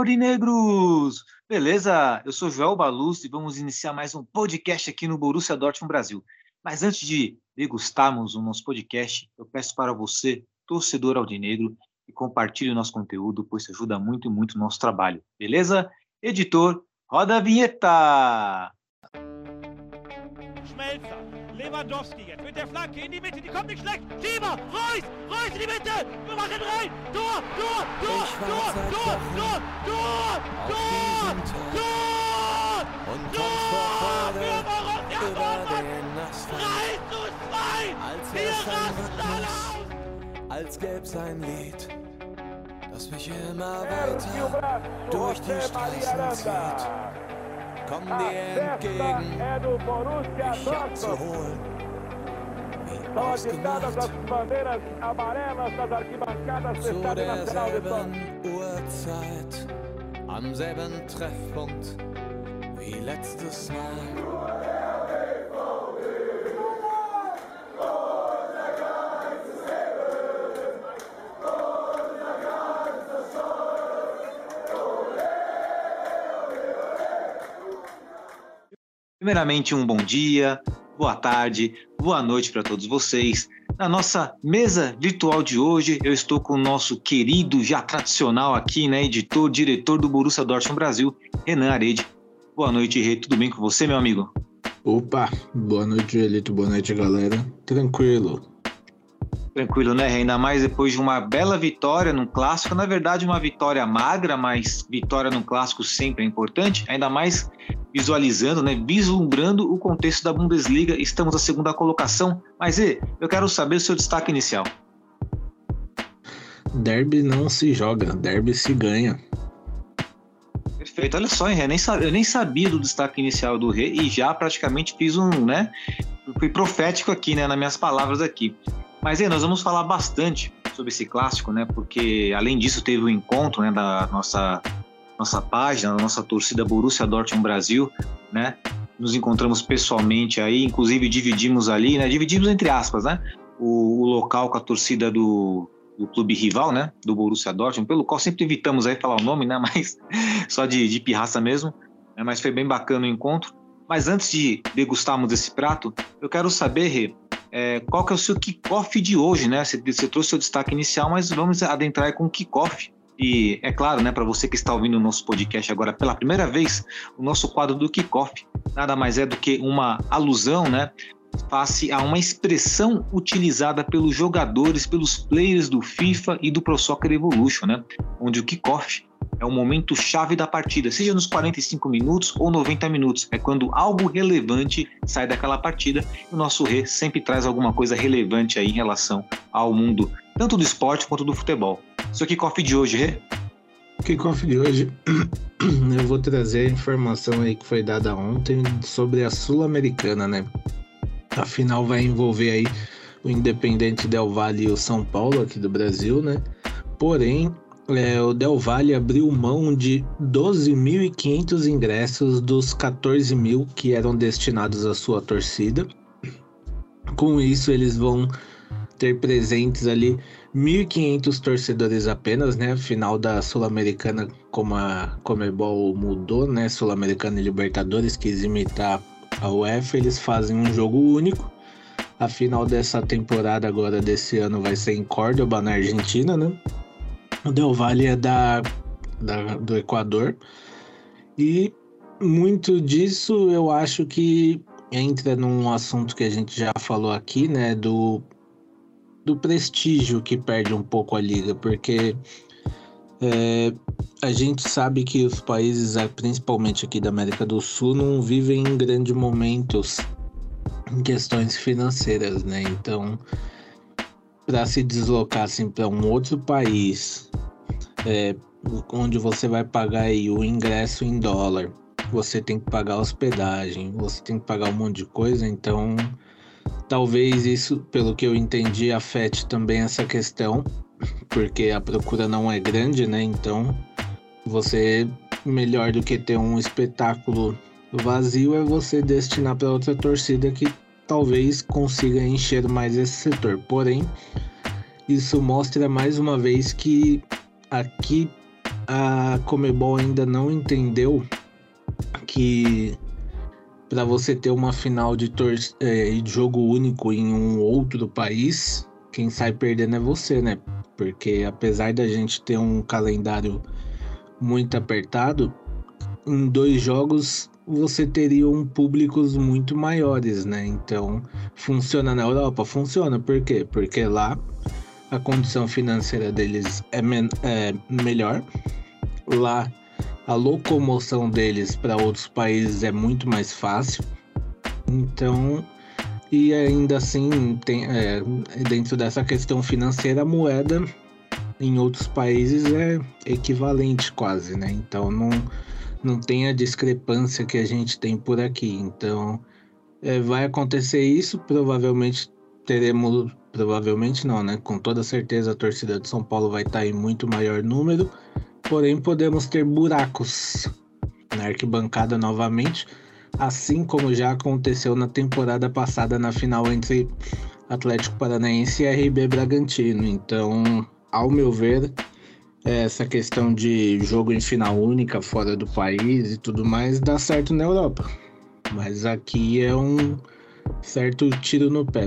Aurinegros! Beleza? Eu sou Joel Baluz e vamos iniciar mais um podcast aqui no Borussia Dortmund Brasil. Mas antes de degustarmos o nosso podcast, eu peço para você, torcedor aurinegro, que compartilhe o nosso conteúdo, pois isso ajuda muito o nosso trabalho. Beleza? Editor, roda a vinheta! Schmelzer, Lewandowski jetzt mit der Flanke in die Mitte, die kommt nicht schlecht. Schieber, Reus in die Mitte, wir machen rein. Tor! Und kommt vor Freude über den Asphalt. 3:2, Wir rasten alle aus. Als gäb's ein Lied, das mich immer weiter durch die Straßen zieht. Komm dir entgegen, mich abzuholen, wie ausgemacht, zu derselben Uhrzeit, am selben Treffpunkt wie letztes Mal. Primeiramente, um bom dia, boa tarde, boa noite para todos vocês. Na nossa mesa virtual de hoje, eu estou com o nosso querido, já tradicional aqui, né, editor, diretor do Borussia Dortmund Brasil, Renan Arede. Boa noite, Rê. Tudo bem com você, meu amigo? Opa, boa noite, Elito. Boa noite, galera. Tranquilo, né, Rê? Ainda mais depois de uma bela vitória num clássico. Na verdade, uma vitória magra, mas vitória num clássico sempre é importante. Ainda mais visualizando, né, vislumbrando o contexto da Bundesliga. Estamos na segunda colocação. Mas, Rê, eu quero saber o seu destaque inicial. Derby não se joga, derby se ganha. Perfeito. Olha só, hein, Rê? Eu nem sabia do destaque inicial do Rê e já praticamente fiz fui profético aqui, né, nas minhas palavras aqui. Mas aí, nós vamos falar bastante sobre esse clássico, né? Porque além disso teve o encontro, né, da nossa página, da nossa torcida Borussia Dortmund Brasil, né? Nos encontramos pessoalmente aí, inclusive dividimos ali, né? Dividimos entre aspas, né? O local com a torcida do clube rival, né? Do Borussia Dortmund, pelo qual sempre evitamos aí falar o nome, né? Mas só de pirraça mesmo, né? Mas foi bem bacana o encontro. Mas antes de degustarmos esse prato, eu quero saber, Rê, qual que é o seu kickoff de hoje, né? Você trouxe o seu destaque inicial, mas vamos adentrar com o kickoff. E é claro, né, para você que está ouvindo o nosso podcast agora pela primeira vez, o nosso quadro do kickoff nada mais é do que uma alusão, né, face a uma expressão utilizada pelos jogadores, pelos players do FIFA e do Pro Soccer Evolution, né, onde o kickoff é o momento chave da partida, seja nos 45 minutos ou 90 minutos. É quando algo relevante sai daquela partida e o nosso Rê sempre traz alguma coisa relevante aí em relação ao mundo, tanto do esporte quanto do futebol. Seu kickoff de hoje, Rê? Kickoff de hoje, eu vou trazer a informação aí que foi dada ontem sobre a Sul-Americana, né? A final vai envolver aí o Independente Del Valle e o São Paulo aqui do Brasil, né? Porém, o Del Valle abriu mão de 12.500 ingressos dos 14.000 que eram destinados à sua torcida. Com isso, eles vão ter presentes ali 1.500 torcedores apenas, né? Final da Sul-Americana, como a Conmebol mudou, né? Sul-Americana e Libertadores, quis imitar a UEFA, eles fazem um jogo único. A final dessa temporada agora, desse ano, vai ser em Córdoba, na Argentina, né? O Del Valle é do Equador. E muito disso eu acho que entra num assunto que a gente já falou aqui, né? Do prestígio que perde um pouco a liga, porque a gente sabe que os países, principalmente aqui da América do Sul, não vivem em grandes momentos em questões financeiras, né? Então, para se deslocar assim, para um outro país, onde você vai pagar aí o ingresso em dólar, você tem que pagar hospedagem, você tem que pagar um monte de coisa, então talvez isso, pelo que eu entendi, afete também essa questão, porque a procura não é grande, né? Então, você, melhor do que ter um espetáculo vazio, é você destinar para outra torcida que talvez consiga encher mais esse setor. Porém, isso mostra mais uma vez que aqui a Conmebol ainda não entendeu que para você ter uma final de jogo único em um outro país, quem sai perdendo é você, né? Porque apesar da gente ter um calendário muito apertado, em 2 jogos você teria públicos muito maiores, né? Então, funciona na Europa? Funciona. Por quê? Porque lá a condição financeira deles é melhor. Lá a locomoção deles para outros países é muito mais fácil. Então, e ainda assim, dentro dessa questão financeira, a moeda em outros países é equivalente quase, né? Então não tem a discrepância que a gente tem por aqui. Então vai acontecer isso, provavelmente não, né? Com toda certeza a torcida de São Paulo vai estar em muito maior número, porém podemos ter buracos na arquibancada novamente, assim como já aconteceu na temporada passada na final entre Atlético Paranaense e RB Bragantino. Então, ao meu ver, essa questão de jogo em final única fora do país e tudo mais dá certo na Europa, mas aqui é um certo tiro no pé.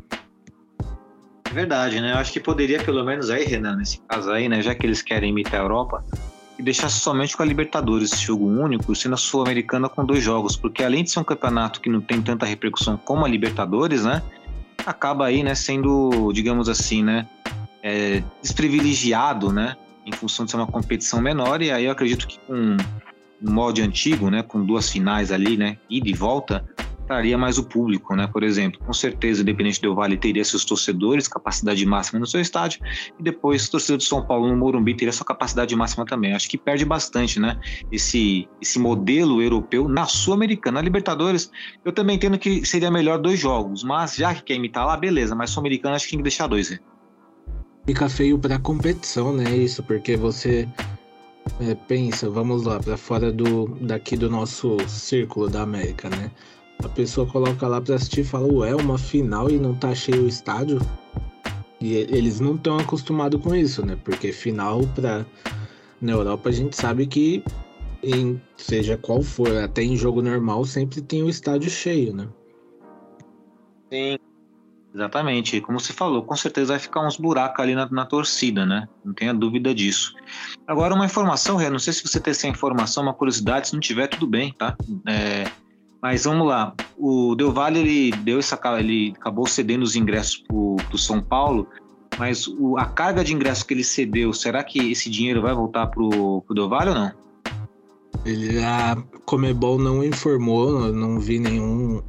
É verdade, né? Eu acho que poderia pelo menos aí, Renan, nesse caso aí, né, já que eles querem imitar a Europa, e deixar somente com a Libertadores esse jogo único, sendo a Sul-Americana com 2 jogos, porque além de ser um campeonato que não tem tanta repercussão como a Libertadores, né, acaba aí, né, sendo, digamos assim, né, desprivilegiado, né, em função de ser uma competição menor. E aí eu acredito que com um molde antigo, né, com 2 finais ali, né, ida e volta, traria mais o público, né? Por exemplo, com certeza o Independente Del Valle teria seus torcedores, capacidade máxima no seu estádio, e depois o torcedor de São Paulo no Morumbi teria sua capacidade máxima também. Acho que perde bastante, né? Esse modelo europeu na Sul-Americana. Na Libertadores, eu também entendo que seria melhor 2 jogos, mas já que quer imitar lá, beleza, mas Sul-Americana acho que tem que deixar 2, né? Fica feio pra competição, né? Isso, porque você pensa, vamos lá, pra fora daqui do nosso círculo da América, né? A pessoa coloca lá pra assistir e fala, ué, uma final e não tá cheio o estádio? E eles não estão acostumados com isso, né? Porque final na Europa a gente sabe que, seja qual for, até em jogo normal, sempre tem o estádio cheio, né? Sim, exatamente. Como você falou, com certeza vai ficar uns buracos ali na torcida, né? Não tenha dúvida disso. Agora, uma informação, Rê, não sei se você tem essa informação, uma curiosidade, se não tiver, tudo bem, tá? Mas vamos lá, o Del Valle ele acabou cedendo os ingressos pro São Paulo, mas a carga de ingressos que ele cedeu, será que esse dinheiro vai voltar pro Del Valle ou não? A Conmebol não informou, não vi nenhum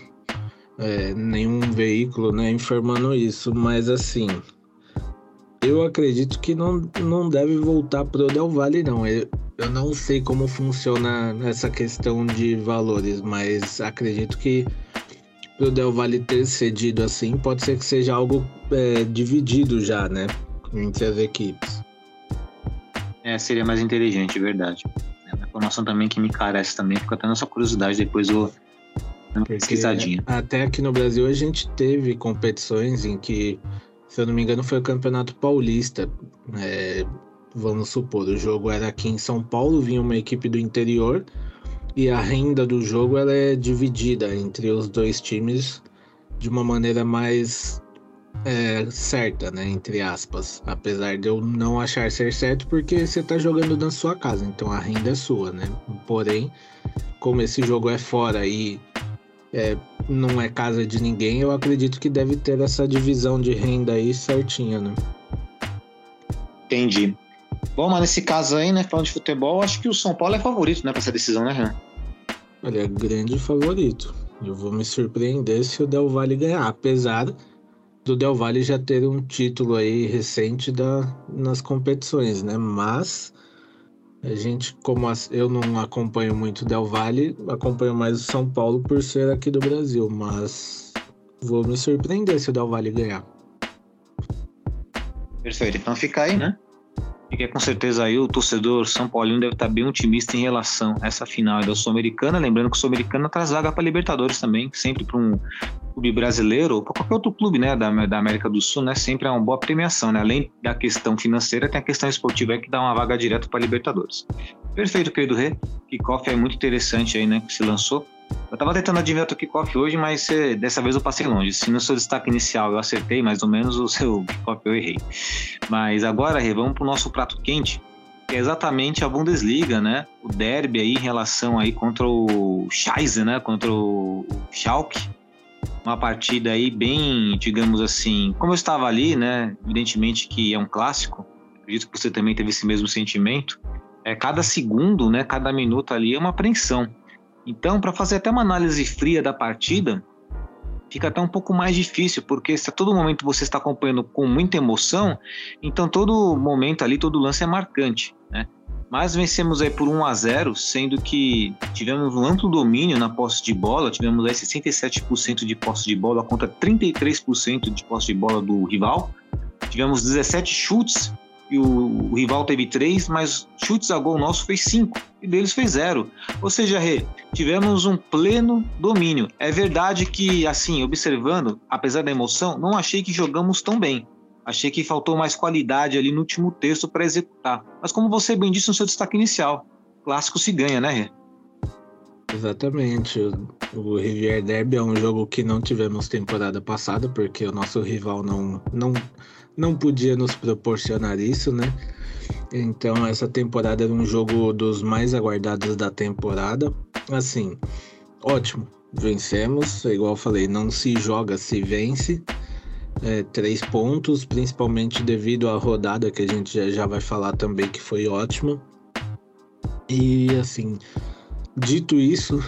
veículo, né, informando isso, mas assim, eu acredito que não deve voltar pro Del Valle, não. Eu não sei como funciona essa questão de valores, mas acredito que pro Del Valle ter cedido assim, pode ser que seja algo dividido já, né, entre as equipes. Seria mais inteligente, verdade. É uma informação também que me carece também, fica até nossa curiosidade, depois eu uma pesquisadinha. Até aqui no Brasil a gente teve competições em que, se eu não me engano, foi o Campeonato Paulista. Vamos supor, o jogo era aqui em São Paulo, vinha uma equipe do interior e a renda do jogo ela é dividida entre os 2 times de uma maneira mais certa, né, entre aspas, apesar de eu não achar ser certo, porque você tá jogando na sua casa, então a renda é sua, né? Porém, como esse jogo é fora e não é casa de ninguém, eu acredito que deve ter essa divisão de renda aí certinha, né? Entendi. Bom, mas nesse caso aí, né, falando de futebol, acho que o São Paulo é favorito, né, pra essa decisão, né, Renan? Olha, grande favorito. Eu vou me surpreender se o Del Valle ganhar, apesar do Del Valle já ter um título aí recente nas competições, né? Mas a gente, eu não acompanho muito o Del Valle, acompanho mais o São Paulo por ser aqui do Brasil, mas vou me surpreender se o Del Valle ganhar. Perfeito, então fica aí, né? Fica com certeza aí, o torcedor São Paulino deve estar bem otimista em relação a essa final da Sul-Americana, lembrando que a Sul-Americana traz vaga para Libertadores também, sempre para clube brasileiro, ou para qualquer outro clube, né, da América do Sul, né, sempre é uma boa premiação, né? Além da questão financeira, tem a questão esportiva aí que dá uma vaga direto para Libertadores. Perfeito, querido Rê. Kickoff é muito interessante aí, né, que se lançou. Eu tava tentando adivinhar o kickoff hoje, mas dessa vez eu passei longe. Se no seu destaque inicial eu acertei, mais ou menos, o seu kickoff eu errei. Mas agora, Rê, vamos pro nosso prato quente, que é exatamente a Bundesliga, né? O derby aí em relação aí contra o Schalke, né? Contra o Schalke. Uma partida aí bem, digamos assim, como eu estava ali, né? Evidentemente que é um clássico. Acredito que você também teve esse mesmo sentimento. Cada segundo, né? Cada minuto ali é uma apreensão. Então, para fazer até uma análise fria da partida, fica até um pouco mais difícil, porque se a todo momento você está acompanhando com muita emoção, então todo momento ali, todo lance é marcante, né? Mas vencemos aí por 1-0, sendo que tivemos um amplo domínio na posse de bola, tivemos aí 67% de posse de bola contra 33% de posse de bola do rival, tivemos 17 chutes, e o rival teve 3, mas chutes a gol nosso fez 5, e deles fez 0. Ou seja, Rê, tivemos um pleno domínio. É verdade que, assim, observando, apesar da emoção, não achei que jogamos tão bem. Achei que faltou mais qualidade ali no último terço para executar. Mas como você bem disse no seu destaque inicial, clássico se ganha, né, Rê? Exatamente. O Rivier Derby é um jogo que não tivemos temporada passada, porque o nosso rival não podia nos proporcionar isso, né? Então essa temporada era um jogo dos mais aguardados da temporada. Assim, ótimo, vencemos, igual eu falei, não se joga, se vence. 3 pontos, principalmente devido à rodada que a gente já vai falar também, que foi ótima. E assim, dito isso,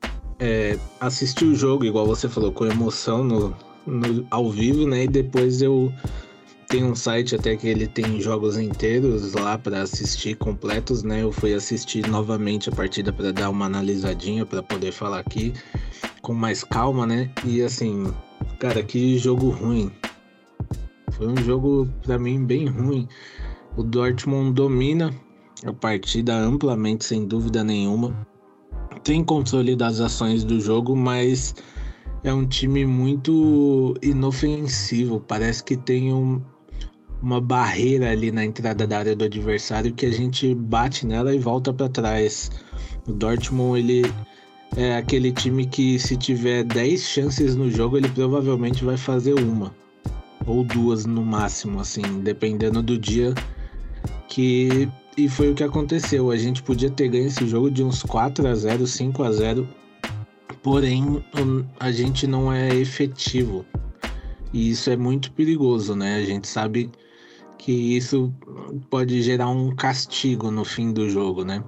assisti o jogo, igual você falou, com emoção ao vivo, né? E depois eu tenho um site até que ele tem jogos inteiros lá para assistir completos, né? Eu fui assistir novamente a partida para dar uma analisadinha, para poder falar aqui com mais calma, né? E assim, cara, que jogo ruim. Foi um jogo, para mim, bem ruim. O Dortmund domina a partida amplamente, sem dúvida nenhuma. Tem controle das ações do jogo, mas é um time muito inofensivo. Parece que tem uma barreira ali na entrada da área do adversário que a gente bate nela e volta para trás. O Dortmund, ele é aquele time que, se tiver 10 chances no jogo, ele provavelmente vai fazer uma ou 2 no máximo, assim, dependendo do dia. E foi o que aconteceu. A gente podia ter ganho esse jogo de uns 4-0, 5-0, porém a gente não é efetivo. E isso é muito perigoso, né? A gente sabe que isso pode gerar um castigo no fim do jogo, né?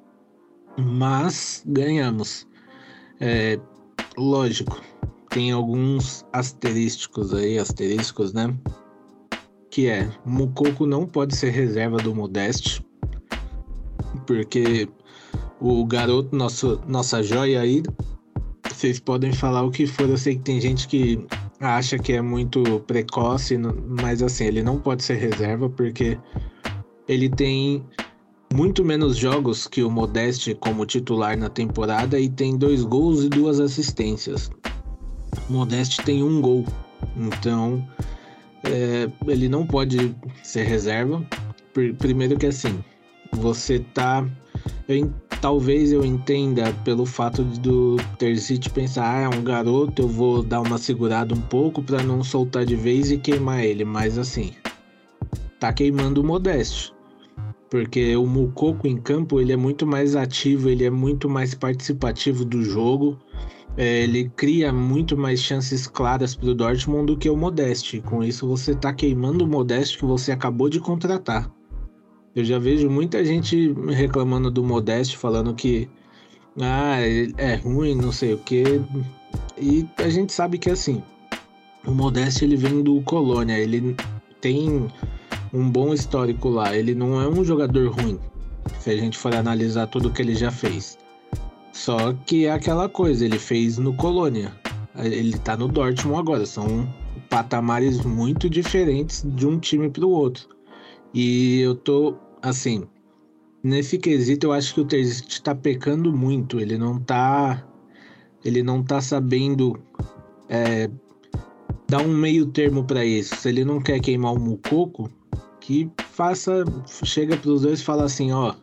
Mas ganhamos. Lógico, tem alguns asterísticos, né? Que o Moukoko não pode ser reserva do Modeste, porque o garoto, nossa joia aí, vocês podem falar o que for, eu sei que tem gente que acha que é muito precoce, mas assim, ele não pode ser reserva porque ele tem muito menos jogos que o Modeste como titular na temporada e tem 2 gols e 2 assistências. O Modeste tem 1 gol, então ele não pode ser reserva. Primeiro que assim, você tá... Talvez eu entenda pelo fato do Terzic pensar, é um garoto, eu vou dar uma segurada um pouco para não soltar de vez e queimar ele, mas assim, tá queimando o Modeste, porque o Moukoko em campo, ele é muito mais ativo, ele é muito mais participativo do jogo, ele cria muito mais chances claras pro Dortmund do que o Modeste. Com isso você tá queimando o Modeste que você acabou de contratar. Eu já vejo muita gente reclamando do Modeste, falando que é ruim, não sei o quê. E a gente sabe que assim, o Modeste, ele vem do Colônia, ele tem um bom histórico lá, ele não é um jogador ruim, se a gente for analisar tudo que ele já fez. Só que é aquela coisa, ele fez no Colônia, ele tá no Dortmund agora, são patamares muito diferentes de um time pro outro. E eu tô, assim, nesse quesito eu acho que o Terzic tá pecando muito, ele não tá sabendo dar um meio termo para isso. Se ele não quer queimar o Moukoko, que chega para os dois e fala assim, ó,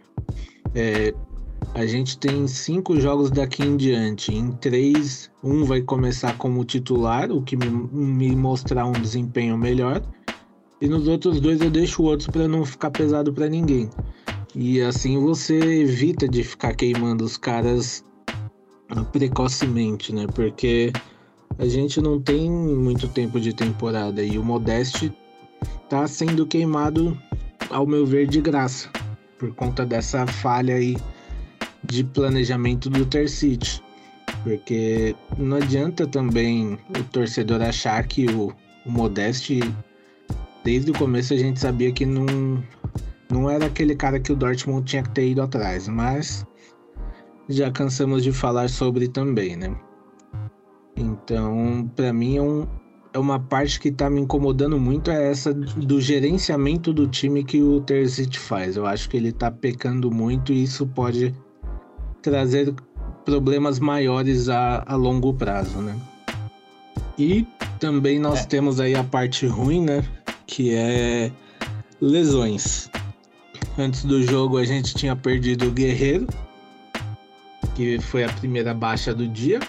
a gente tem 5 jogos daqui em diante, em 3, um vai começar como titular, o que me mostrar um desempenho melhor, e nos outros 2 eu deixo o outro para não ficar pesado para ninguém. E assim você evita de ficar queimando os caras precocemente, né? Porque a gente não tem muito tempo de temporada e o Modeste tá sendo queimado, ao meu ver, de graça, por conta dessa falha aí de planejamento do Terzic. Porque não adianta também o torcedor achar que o Modeste, desde o começo a gente sabia que não era aquele cara que o Dortmund tinha que ter ido atrás, mas já cansamos de falar sobre também, né? Então, para mim é uma parte que tá me incomodando muito, é essa do gerenciamento do time que o Terzic faz. Eu acho que ele tá pecando muito e isso pode trazer problemas maiores a longo prazo, né? E também nós temos aí a parte ruim, né? Que é lesões. Antes do jogo a gente tinha perdido o Guerreiro, que foi a primeira baixa do dia.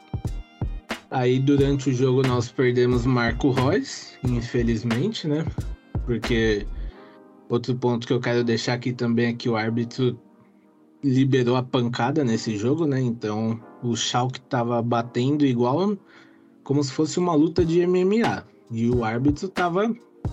Aí durante o jogo nós perdemos Marco Reus, infelizmente, né? Porque outro ponto que eu quero deixar aqui também é que o árbitro liberou a pancada nesse jogo, né? Então o Schalke tava batendo igual como se fosse uma luta de MMA. E o árbitro tava...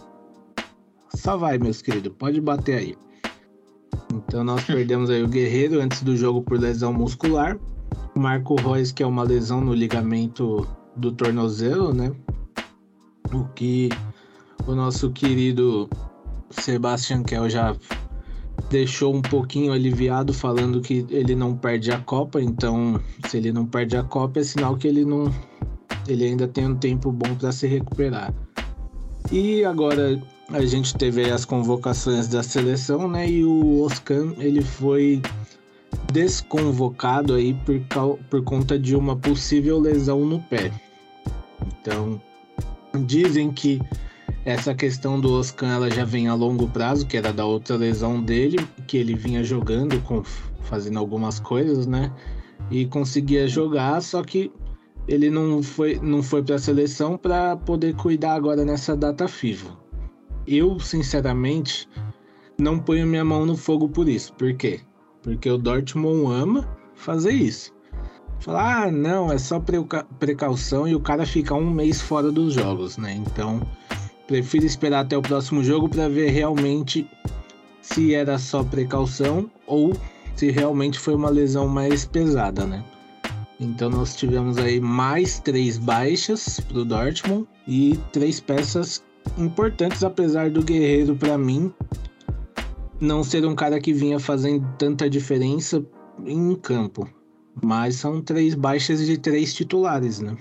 Só vai, meus queridos, pode bater aí. Então nós perdemos aí o Guerreiro antes do jogo por lesão muscular. O Marco Reus, que é uma lesão no ligamento do tornozelo, né? O que o nosso querido Sebastian Kehl já deixou um pouquinho aliviado, falando que ele não perde a Copa. Então, se ele não perde a Copa, é sinal que ele ainda tem um tempo bom para se recuperar. E agora a gente teve as convocações da seleção, né? E o Özcan, ele foi desconvocado aí por conta de uma possível lesão no pé. Então, dizem que essa questão do Özcan ela já vem a longo prazo, que era da outra lesão dele, que ele vinha jogando, fazendo algumas coisas, né? E conseguia jogar, só que ele não foi para a seleção para poder cuidar agora nessa data FIFA. Eu, sinceramente, não ponho minha mão no fogo por isso. Por quê? Porque o Dortmund ama fazer isso. Falar, não, é só precaução e o cara fica um mês fora dos jogos, né? Então, prefiro esperar até o próximo jogo para ver realmente se era só precaução ou se realmente foi uma lesão mais pesada, né? Então nós tivemos aí mais 3 baixas pro Dortmund e 3 peças importantes, apesar do Guerreiro, para mim, não ser um cara que vinha fazendo tanta diferença em campo. Mas são 3 baixas de 3 titulares, né?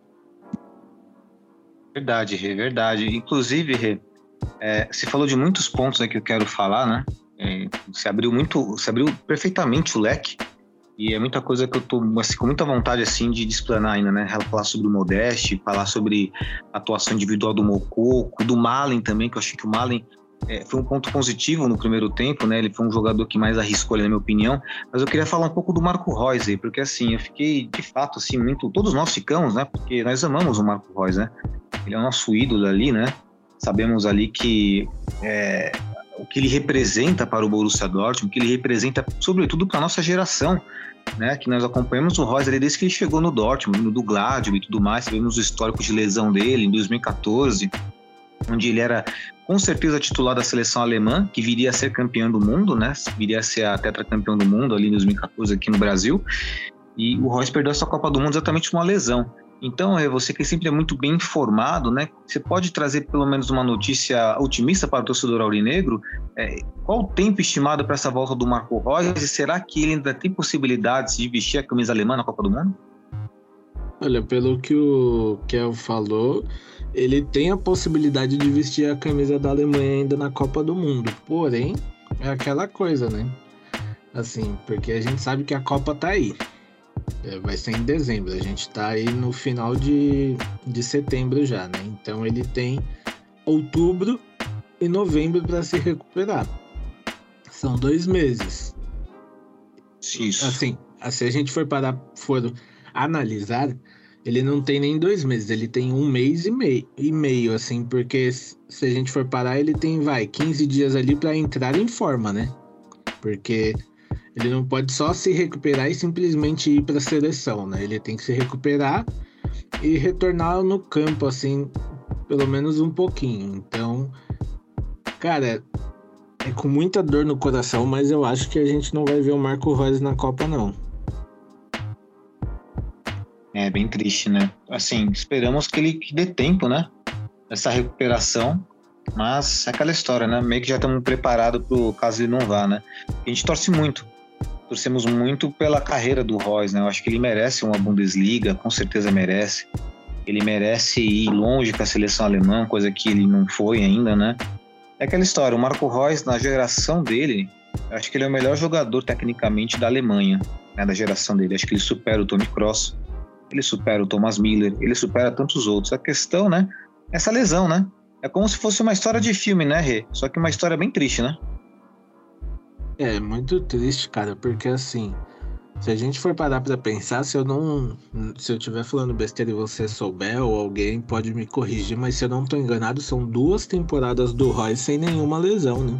Verdade, Rê, verdade. Inclusive, Rê, você falou de muitos pontos que eu quero falar, né? Você abriu perfeitamente o leque. E é muita coisa que eu tô assim, com muita vontade assim, de explanar ainda, né? Falar sobre o Modeste, falar sobre a atuação individual do Moukoko, do Malen também, que eu achei que o Malen foi um ponto positivo no primeiro tempo, né? Ele foi um jogador que mais arriscou, na minha opinião. Mas eu queria falar um pouco do Marco Reus aí, porque assim, eu fiquei, de fato, assim, muito... Todos nós ficamos, né? Porque nós amamos o Marco Reus, né? Ele é o nosso ídolo ali, né? Sabemos ali que... o que ele representa para o Borussia Dortmund, o que ele representa, sobretudo, para a nossa geração, né? Que nós acompanhamos o Reus ali desde que ele chegou no Dortmund, no do Gladbach e tudo mais. Sabemos o histórico de lesão dele em 2014, onde ele era com certeza titular da seleção alemã, que viria a ser campeão do mundo, né? Viria a ser a tetracampeão do mundo ali em 2014 aqui no Brasil. E o Reus perdeu essa Copa do Mundo exatamente com uma lesão. Então, você que sempre é muito bem informado, né? Você pode trazer pelo menos uma notícia otimista para o torcedor aurinegro? Qual o tempo estimado para essa volta do Marco Reus? E será que ele ainda tem possibilidades de vestir a camisa alemã na Copa do Mundo? Olha, pelo que o Kehl falou, ele tem a possibilidade de vestir a camisa da Alemanha ainda na Copa do Mundo. Porém, é aquela coisa, né? Assim, porque a gente sabe que a Copa tá aí. Vai ser em dezembro. A gente tá aí no final de setembro já, né? Então ele tem outubro e novembro para se recuperar. São 2 meses. Isso. Assim, se a gente for analisar, ele não tem nem 2 meses, ele tem 1 mês e meio, assim, porque se a gente for parar, ele tem, 15 dias ali para entrar em forma, né? Porque ele não pode só se recuperar e simplesmente ir para a seleção, né? Ele tem que se recuperar e retornar no campo, assim, pelo menos um pouquinho. Então, cara, é com muita dor no coração, mas eu acho que a gente não vai ver o Marco Reus na Copa, não. É bem triste, né? Assim, esperamos que ele dê tempo, né? Essa recuperação, mas é aquela história, né? Meio que já estamos preparados para o caso ele não vá, né? A gente torcemos muito pela carreira do Reus, né? Eu acho que ele merece uma Bundesliga, com certeza merece. Ele merece ir longe com a seleção alemã, coisa que ele não foi ainda, né? É aquela história, o Marco Reus, na geração dele, eu acho que ele é o melhor jogador tecnicamente da Alemanha, né? Da geração dele. Acho que ele supera o Toni Kroos, ele supera o Thomas Müller, ele supera tantos outros. A questão, né? Essa lesão, né? É como se fosse uma história de filme, né, Rê? Só que uma história bem triste, né? É muito triste, cara, porque assim, se a gente for parar pra pensar, se eu estiver falando besteira e você souber, ou alguém pode me corrigir, mas se eu não tô enganado, são 2 temporadas do Reus sem nenhuma lesão, né?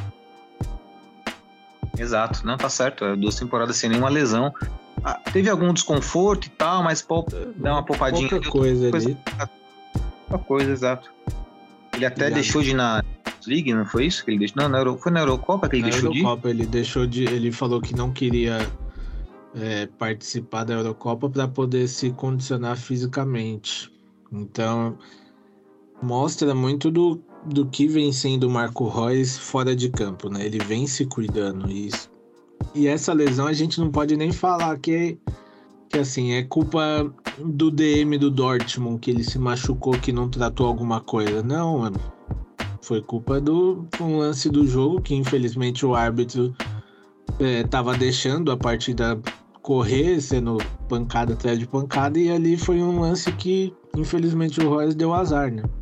Exato, não, tá certo, 2 temporadas sem nenhuma lesão. Teve algum desconforto e tal, mas dá uma poupadinha. Pouca coisa ali. Pouca coisa, exato. Ele até deixou de ir na League, não foi isso que ele deixou? Não, foi na Eurocopa que ele deixou de ir? Ele falou que não queria participar da Eurocopa para poder se condicionar fisicamente. Então, mostra muito do que vem sendo o Marco Reus fora de campo, né? Ele vem se cuidando. E essa lesão a gente não pode nem falar que assim, é culpa do DM do Dortmund, que ele se machucou, que não tratou alguma coisa. Não, mano. Foi culpa um lance do jogo que infelizmente o árbitro tava deixando a partida correr, sendo pancada atrás de pancada, e ali foi um lance que infelizmente o Reus deu azar, né?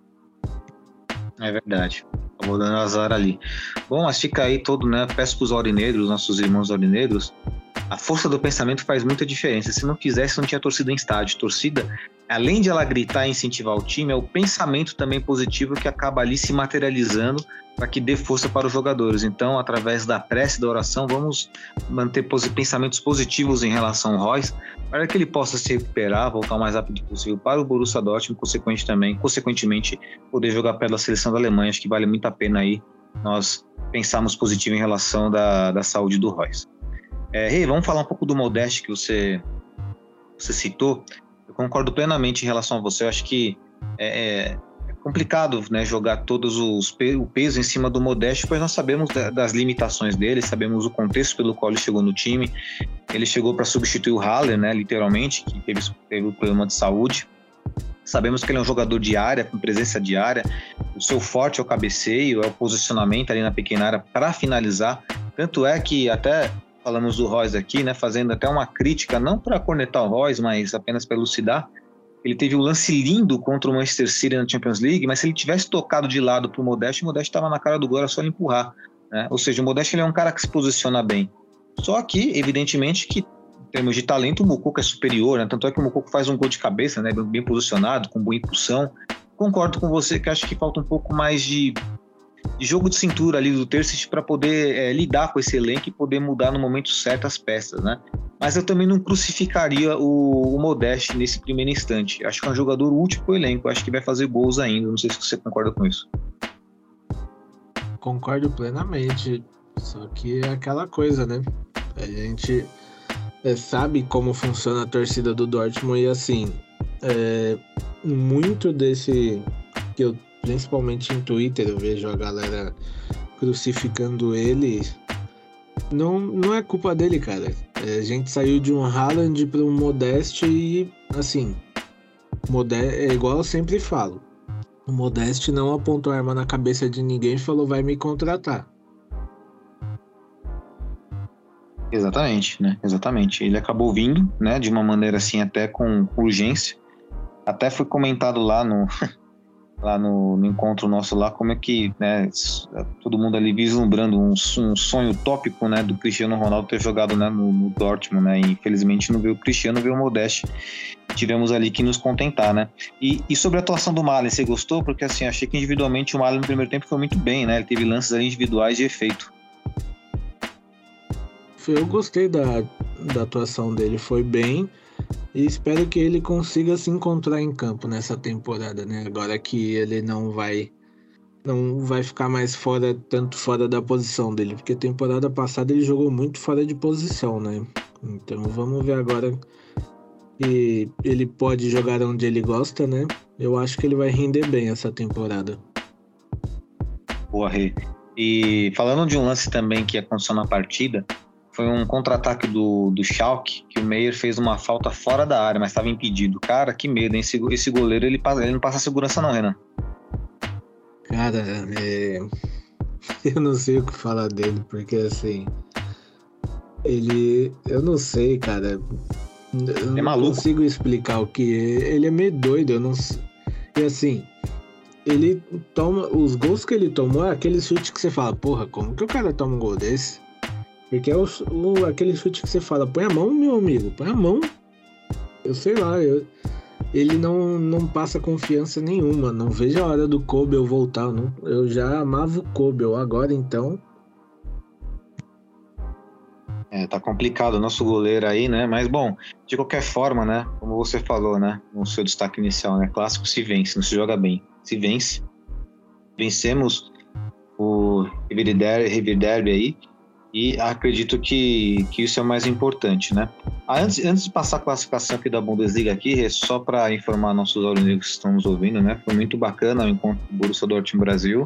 É verdade, acabou dando azar ali. Bom, mas fica aí todo, né? Peço pros aurinegros, nossos irmãos aurinegros, a força do pensamento faz muita diferença. Se não quisesse, não tinha torcida em estádio. Torcida, além de ela gritar e incentivar o time, é o pensamento também positivo que acaba ali se materializando para que dê força para os jogadores. Então, através da prece, da oração, vamos manter pensamentos positivos em relação ao Reus, para que ele possa se recuperar, voltar o mais rápido possível para o Borussia Dortmund, consequentemente, poder jogar pela seleção da Alemanha. Acho que vale muito a pena aí nós pensarmos positivo em relação da saúde do Reus. Rei, vamos falar um pouco do Modeste que você citou. Eu concordo plenamente em relação a você. Eu acho que é complicado, né, jogar todos o peso em cima do Modeste, pois nós sabemos das limitações dele, sabemos o contexto pelo qual ele chegou no time. Ele chegou para substituir o Haller, né, literalmente, que teve um problema de saúde. Sabemos que ele é um jogador de área, com presença de área. O seu forte é o cabeceio, é o posicionamento ali na pequena área para finalizar. Tanto é que até falamos do Reus aqui, né, fazendo até uma crítica, não para cornetar o Reus, mas apenas para elucidar. Ele teve um lance lindo contra o Manchester City na Champions League, mas se ele tivesse tocado de lado para o Modeste estava na cara do gol, era só ele empurrar, né? Ou seja, o Modeste ele é um cara que se posiciona bem. Só que, evidentemente, que em termos de talento, o Moukoko é superior, né? Tanto é que o Moukoko faz um gol de cabeça, né, bem posicionado, com boa impulsão. Concordo com você que acho que falta um pouco mais de jogo de cintura ali do Terzic para poder lidar com esse elenco e poder mudar no momento certo as peças, né? Mas eu também não crucificaria o Modeste nesse primeiro instante. Acho que é um jogador útil para o elenco, acho que vai fazer gols ainda. Não sei se você concorda com isso. Concordo plenamente, só que é aquela coisa, né? A gente sabe como funciona a torcida do Dortmund e assim, muito desse que eu, principalmente em Twitter, eu vejo a galera crucificando ele. Não é culpa dele, cara. A gente saiu de um Haaland para um Modeste e, assim, é igual eu sempre falo. O Modeste não apontou a arma na cabeça de ninguém e falou, vai me contratar. Exatamente, né? Exatamente. Ele acabou vindo, né? De uma maneira assim, até com urgência. Até foi comentado lá no encontro nosso lá, como é que, né? Todo mundo ali vislumbrando um sonho utópico, né? Do Cristiano Ronaldo ter jogado, né, no Dortmund, né? E infelizmente não veio o Cristiano, veio o Modeste. Tivemos ali que nos contentar, né? E sobre a atuação do Malen, você gostou? Porque assim, achei que individualmente o Malen no primeiro tempo foi muito bem, né? Ele teve lances ali individuais de efeito. Eu gostei da atuação dele, foi bem, e espero que ele consiga se encontrar em campo nessa temporada, né? Agora que ele não vai ficar mais tanto fora da posição dele, porque temporada passada ele jogou muito fora de posição, né? Então vamos ver agora que ele pode jogar onde ele gosta, né? Eu acho que ele vai render bem essa temporada. Boa, Rê. E falando de um lance também que aconteceu na partida, foi um contra-ataque do Schalke, que o Meier fez uma falta fora da área, mas estava impedido. Cara, que medo, hein? Esse goleiro, ele não passa segurança não, Renan. Cara, eu não sei o que falar dele, porque assim, eu não sei, cara. Eu não consigo explicar o que é. Ele é meio doido, eu não sei. E assim, ele toma, os gols que ele tomou é aquele chute que você fala, porra, como que o cara toma um gol desse? Porque é aquele chute que você fala, põe a mão, meu amigo, põe a mão. Eu sei lá, ele não passa confiança nenhuma. Não vejo a hora do Kobel voltar. Não, eu já amava o Kobel, agora então... Tá complicado o nosso goleiro aí, né? Mas, bom, de qualquer forma, né? Como você falou, né? No seu destaque inicial, né? Clássico se vence, não se joga bem. Se vence. Vencemos o River Derby aí. E acredito que isso é o mais importante, né? Antes de passar a classificação aqui da Bundesliga aqui, só para informar nossos audiências que estão nos ouvindo, né? Foi muito bacana o encontro do Borussia Dortmund Brasil.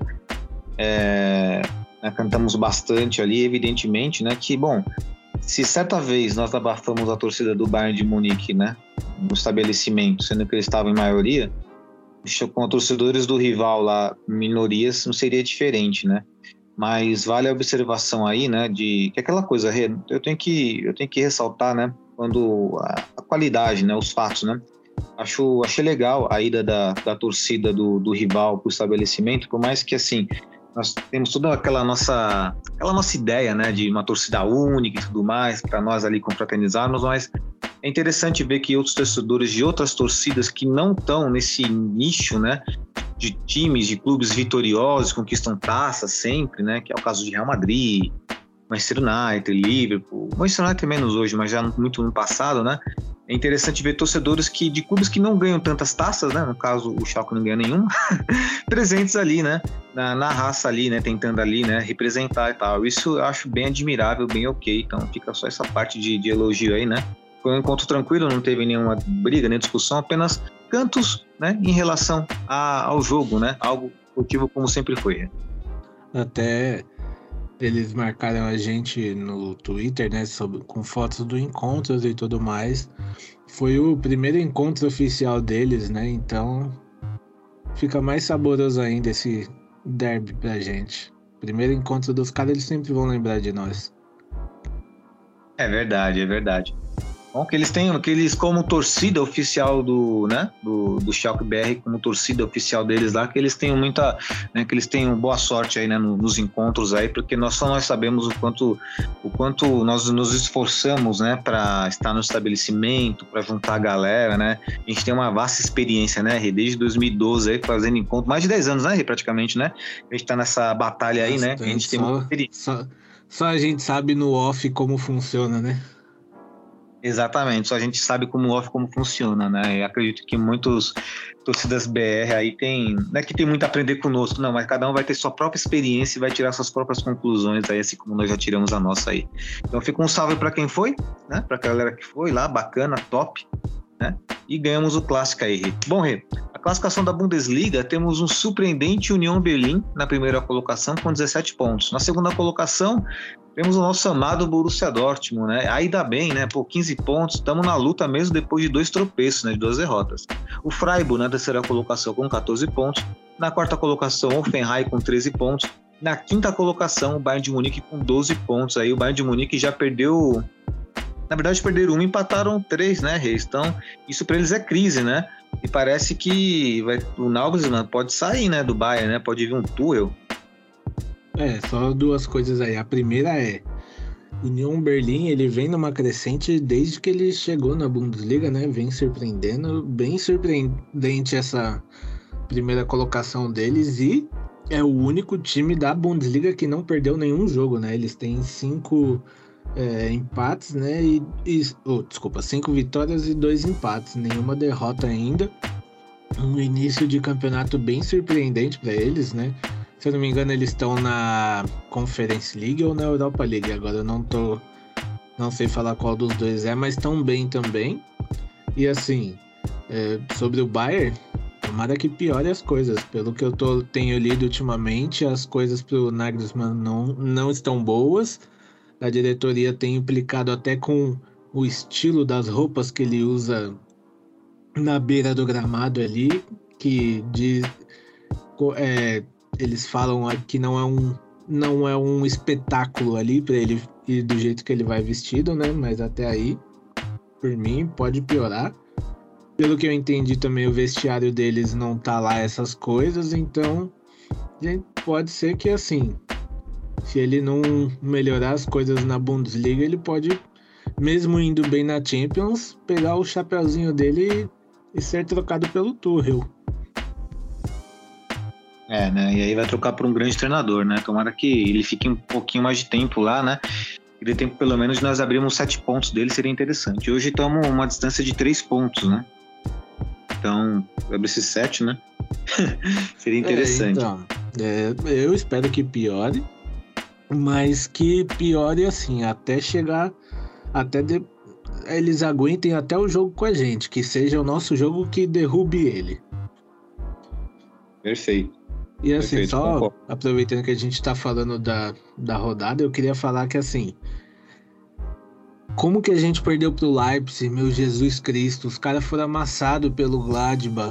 Cantamos bastante ali, evidentemente, né? Que, bom, se certa vez nós abafamos a torcida do Bayern de Munique, né? No estabelecimento, sendo que eles estavam em maioria, com torcedores do rival lá, minorias, não seria diferente, né? Mas vale a observação aí, né, de que aquela coisa, eu tenho que ressaltar, né, quando a qualidade, né, os fatos, né. Achei legal a ida da torcida do rival para o estabelecimento, por mais que, assim, nós temos toda aquela nossa ideia, né, de uma torcida única e tudo mais, para nós ali confraternizarmos, mas é interessante ver que outros torcedores de outras torcidas que não estão nesse nicho, né, de times, de clubes vitoriosos, conquistam taças sempre, né? Que é o caso de Real Madrid, Manchester United, Liverpool. Manchester United menos hoje, mas já muito no passado, né? É interessante ver torcedores de clubes que não ganham tantas taças, né? No caso, o Schalke não ganha nenhuma, presentes ali, né? Na raça ali, né? Tentando ali, né? Representar e tal. Isso eu acho bem admirável, bem ok. Então fica só essa parte de elogio aí, né? Foi um encontro tranquilo, não teve nenhuma briga, nem discussão, apenas cantos, né, em relação ao jogo, né, algo positivo como sempre foi. Até eles marcaram a gente no Twitter, né, com fotos do encontro e tudo mais. Foi o primeiro encontro oficial deles, né, então fica mais saboroso ainda esse derby pra gente. Primeiro encontro dos caras, eles sempre vão lembrar de nós. É verdade, é verdade. Bom, que eles como torcida oficial do Schalke BR, como torcida oficial deles lá, que eles tenham muita, né, que eles tenham boa sorte aí, né, nos encontros aí, porque nós sabemos o quanto nós nos esforçamos, né, para estar no estabelecimento, para juntar a galera, né. A gente tem uma vasta experiência, né, desde 2012 aí fazendo encontro, mais de 10 anos, né, praticamente, né. A gente tá nessa batalha aí, né. A gente tem muita experiência. Só a gente sabe no off como funciona, né? Exatamente, só a gente sabe como funciona, né? Eu acredito que muitos torcidas BR aí tem, não é que tem muito a aprender conosco, não, mas cada um vai ter sua própria experiência e vai tirar suas próprias conclusões aí, assim como nós já tiramos a nossa aí. Então fica um salve para quem foi, né? Para a galera que foi lá, bacana, top, né? E ganhamos o clássico aí. Bom, Rê, a classificação da Bundesliga, temos um surpreendente Union Berlin na primeira colocação com 17 pontos. Na segunda colocação, temos o nosso amado Borussia Dortmund, né? Aí dá bem, né? 15 pontos, estamos na luta mesmo depois de 2 tropeços, né? De 2 derrotas. O Freiburg na terceira colocação com 14 pontos. Na quarta colocação, o Hoffenheim com 13 pontos. Na quinta colocação, o Bayern de Munique com 12 pontos. Aí o Bayern de Munique já perdeu... Na verdade, perderam 1 e empataram 3, né, Reis? Então, isso para eles é crise, né? E parece que o Nagelsmann pode sair, né, do Bayern, né? Pode vir um Tuchel. Só 2 coisas aí. A primeira é... Union Berlin, ele vem numa crescente desde que ele chegou na Bundesliga, né? Vem surpreendendo. Bem surpreendente essa primeira colocação deles. E é o único time da Bundesliga que não perdeu nenhum jogo, né? Eles têm 5 empates, né? 5 vitórias e 2 empates. Nenhuma derrota ainda. Um início de campeonato bem surpreendente para eles, né? Se eu não me engano, eles estão na Conference League ou na Europa League. Agora eu não sei falar qual dos dois mas estão bem também. E assim, sobre o Bayern, tomara que piore as coisas. Pelo que eu tenho lido ultimamente, as coisas pro Nagelsmann não estão boas. A diretoria tem implicado até com o estilo das roupas que ele usa na beira do gramado ali, que eles falam que não é um espetáculo ali para ele ir do jeito que ele vai vestido, né? Mas até aí, por mim, pode piorar. Pelo que eu entendi também, o vestiário deles não tá lá essas coisas, então pode ser que assim, se ele não melhorar as coisas na Bundesliga, ele pode, mesmo indo bem na Champions, pegar o chapeuzinho dele e ser trocado pelo Tuchel. Né? E aí vai trocar por um grande treinador, né? Tomara que ele fique um pouquinho mais de tempo lá, né? E de tempo, pelo menos, nós abrimos 7 pontos dele, seria interessante. Hoje estamos uma distância de 3 pontos, né? Então, abre esses 7, né? Seria interessante. Eu espero que piore, mas que piore assim, até chegar, eles aguentem até o jogo com a gente, que seja o nosso jogo que derrube ele. Perfeito. E assim, só aproveitando que a gente tá falando da rodada, eu queria falar que assim, como que a gente perdeu pro Leipzig, meu Jesus Cristo, os caras foram amassados pelo Gladbach.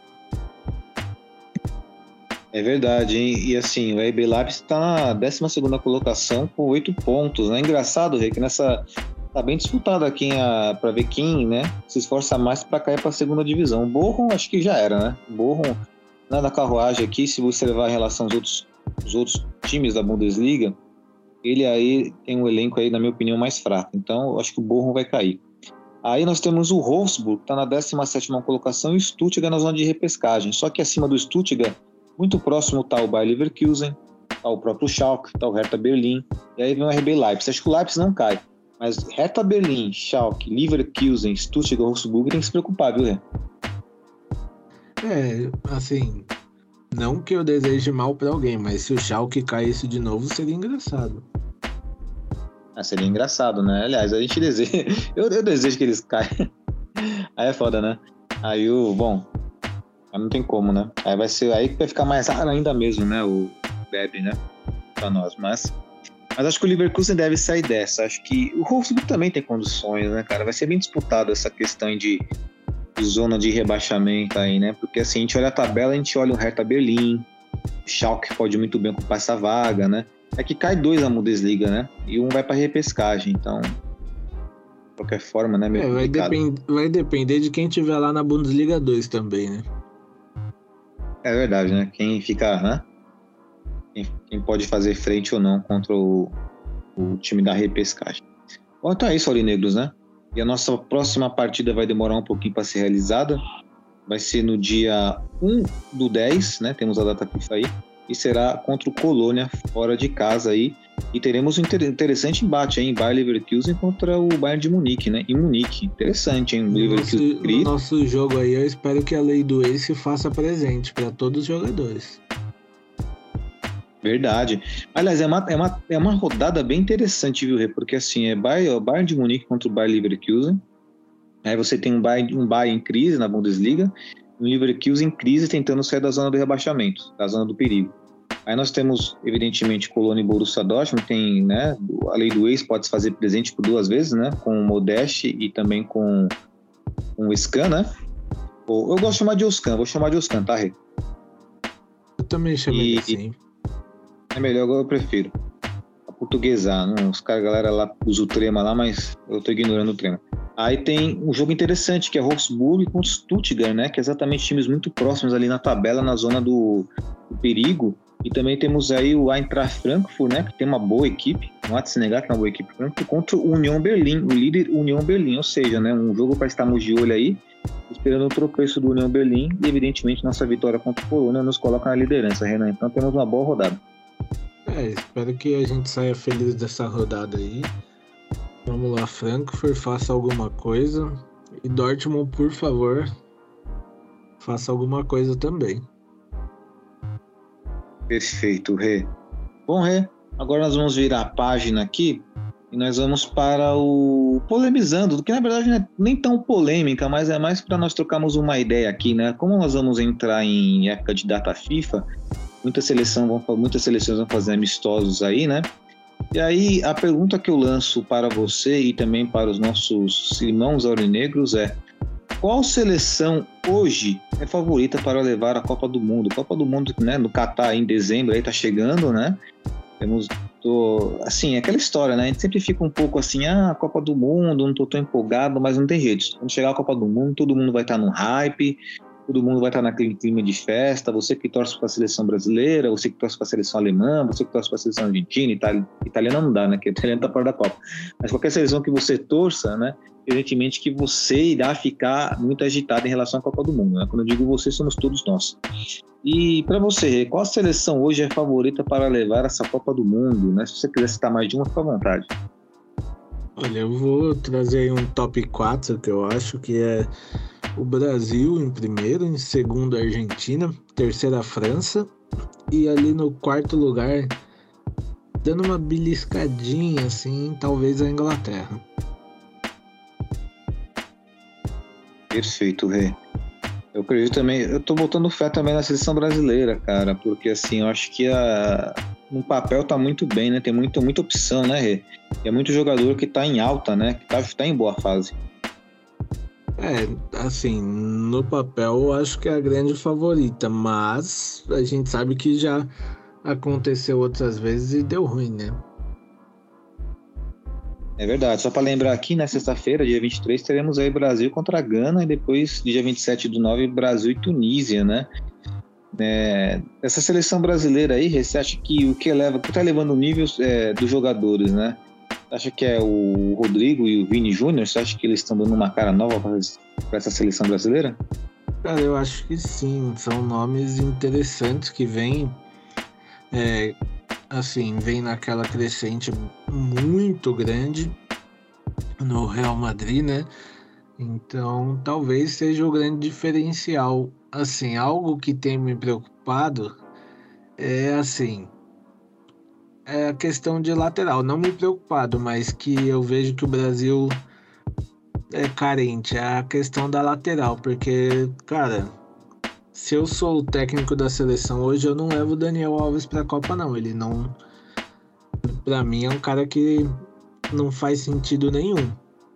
É verdade, hein? E assim, o RB Leipzig tá na 12ª colocação com 8 pontos, né? Engraçado, Rê, que tá bem disputado aqui pra ver quem, né, se esforça mais pra cair pra 2ª divisão. O Bochum acho que já era, né? O Bochum na carruagem aqui, se você levar em relação aos outros times da Bundesliga, ele aí tem um elenco aí, na minha opinião, mais fraco. Então, eu acho que o Bochum vai cair. Aí nós temos o Wolfsburg, que tá na 17ª colocação, e o Stuttgart na zona de repescagem. Só que acima do Stuttgart, muito próximo tá o Bayer Leverkusen, tá o próprio Schalke, tá o Hertha Berlin, e aí vem o RB Leipzig. Acho que o Leipzig não cai, mas Hertha Berlin, Schalke, Leverkusen, Stuttgart, Wolfsburg tem que se preocupar, viu, Rê? Assim, não que eu deseje mal pra alguém, mas se o Schalke caísse de novo, seria engraçado. Seria engraçado, né? Aliás, a gente deseja... eu desejo que eles caiam. Aí é foda, né? Aí não tem como, né? Aí vai ser... Aí que vai ficar mais raro ainda mesmo, né? O Bebe, né? Pra nós, mas acho que o Leverkusen deve sair dessa. Acho que o Wolfsburg também tem condições, né, cara? Vai ser bem disputado essa questão de zona de rebaixamento aí, né? Porque assim, a gente olha a tabela, a gente olha o Hertha Berlin, o Schalke pode muito bem ocupar essa vaga, né? É que cai 2 na Bundesliga, né? E um vai pra repescagem, então de qualquer forma, né? Vai depender de quem tiver lá na Bundesliga 2 também, né? É verdade, né? Quem fica, né? Quem pode fazer frente ou não contra o time da repescagem. Bom, então é isso, Aurinegros, né? E a nossa próxima partida vai demorar um pouquinho para ser realizada. Vai ser no dia 1/10, né? Temos a data FIFA aí. E será contra o Colônia, fora de casa aí. E teremos um interessante embate, hein? Bayer Leverkusen contra o Bayern de Munique, né? Em Munique. Interessante, hein? No nosso jogo aí, eu espero que a lei do ex se faça presente para todos os jogadores. Verdade. Aliás, é uma rodada bem interessante, viu, Rê? Porque assim, é Bayern de Munique contra o Bayer Leverkusen. Aí você tem um Bayern em crise na Bundesliga, um Leverkusen em crise tentando sair da zona do rebaixamento, da zona do perigo. Aí nós temos, evidentemente, Colônia e Borussia Dortmund, tem, né, a lei do ex pode se fazer presente por 2 vezes, né, com o Modeste e também com o Scan, né? Eu gosto de chamar de Oscan, vou chamar de Oscan, tá, Rê? Eu também chamo ele assim. É melhor, eu prefiro. A portuguesar, não, os caras, a galera lá usa o trema lá, mas eu tô ignorando o trema. Aí tem um jogo interessante, que é Wolfsburg contra Stuttgart, né? Que é exatamente times muito próximos ali na tabela, na zona do perigo. E também temos aí o Eintracht Frankfurt, né? Que tem uma boa equipe, não há de se negar que é uma boa equipe, contra o Union Berlin, o líder Union Berlin. Ou seja, né? Um jogo para estarmos de olho aí, esperando o tropeço do Union Berlin. E evidentemente nossa vitória contra o Colônia nos coloca na liderança, Renan. Então temos uma boa rodada. Espero que a gente saia feliz dessa rodada aí. Vamos lá, Frankfurt, faça alguma coisa. E Dortmund, por favor, faça alguma coisa também. Perfeito, Rê. Bom, Rê, agora nós vamos virar a página aqui e nós vamos para o Polemizando, que na verdade não é nem tão polêmica, mas é mais para nós trocarmos uma ideia aqui, né? Como nós vamos entrar em época de data FIFA, muitas seleções vão fazer amistosos aí, né? E aí a pergunta que eu lanço para você e também para os nossos irmãos aurinegros é: qual seleção hoje é favorita para levar a Copa do Mundo? Copa do Mundo, né, no Catar em dezembro, aí tá chegando, né? Assim, é aquela história, né? A gente sempre fica um pouco assim, Copa do Mundo, não tô tão empolgado, mas não tem jeito. Quando chegar a Copa do Mundo, todo mundo vai estar num hype, todo mundo vai estar naquele clima de festa. Você que torce para a seleção brasileira, você que torce para a seleção alemã, você que torce para a seleção argentina, italiana não dá, né? Porque italiano tá fora da Copa. Mas qualquer seleção que você torça, né? Evidentemente que você irá ficar muito agitado em relação à Copa do Mundo, né? Quando eu digo você, somos todos nós. E para você, qual seleção hoje é favorita para levar essa Copa do Mundo, né? Se você quiser citar mais de uma, fica à vontade. Olha, eu vou trazer um top 4 que eu acho que é o Brasil em primeiro, em segundo a Argentina, terceira a França e ali no quarto lugar, dando uma beliscadinha assim, talvez a Inglaterra. Perfeito, Rê. Eu acredito também, eu tô botando fé também na seleção brasileira, cara, porque assim, eu acho que no papel tá muito bem, né? Tem muita opção, né, Rê? É muito jogador que tá em alta, né? Que tá em boa fase. Assim, no papel eu acho que é a grande favorita, mas a gente sabe que já aconteceu outras vezes e deu ruim, né? É verdade, só para lembrar aqui, na sexta-feira, dia 23, teremos aí Brasil contra a Gana e depois, dia 27/9, Brasil e Tunísia, né? Essa seleção brasileira aí, você acha que o que tá levando o nível dos jogadores, né? Você acha que é o Rodrigo e o Vini Júnior? Você acha que eles estão dando uma cara nova para essa seleção brasileira? Cara, eu acho que sim, são nomes interessantes que vêm vem naquela crescente muito grande no Real Madrid, né? Então, talvez seja o grande diferencial. Assim, algo que tem me preocupado é a questão de lateral. Não me preocupado, mas que eu vejo que o Brasil é carente. É a questão da lateral, porque, cara, se eu sou o técnico da seleção hoje, eu não levo o Daniel Alves pra Copa, não. Ele não... Pra mim, é um cara que não faz sentido nenhum.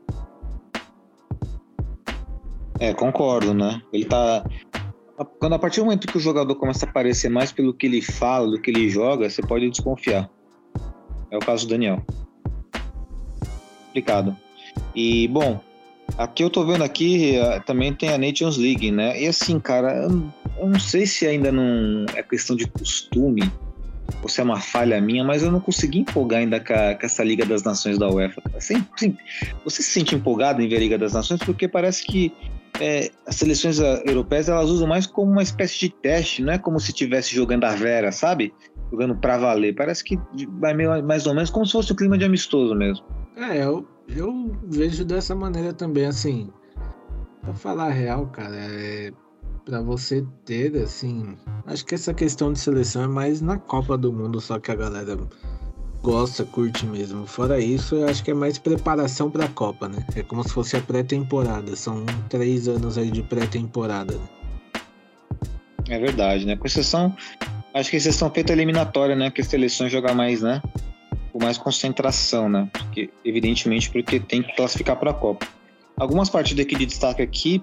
Concordo, né? Ele tá... A partir do momento que o jogador começa a aparecer mais pelo que ele fala, do que ele joga, você pode desconfiar. É o caso do Daniel. Complicado. E, bom, aqui eu tô vendo aqui, também tem a Nations League, né? E assim, cara, eu não sei se ainda não é questão de costume, ou se é uma falha minha, mas eu não consegui empolgar ainda com essa Liga das Nações da UEFA. Assim, você se sente empolgado em ver a Liga das Nações? Porque parece que as seleções europeias, elas usam mais como uma espécie de teste, não é como se estivesse jogando a Vera, sabe? Jogando pra valer. Parece que vai meio mais ou menos como se fosse um clima de amistoso mesmo. Eu vejo dessa maneira também, assim, pra falar a real, cara, pra você ter, assim, acho que essa questão de seleção é mais na Copa do Mundo, só que a galera gosta, curte mesmo. Fora isso, eu acho que é mais preparação pra Copa, né? É como se fosse a pré-temporada, são 3 anos aí de pré-temporada, né? É verdade, né? Com exceção, acho que exceção feita eliminatória, né? Que as seleções jogam mais, né? Com mais concentração, né? Porque, evidentemente, porque tem que classificar para a Copa. Algumas partidas aqui de destaque aqui,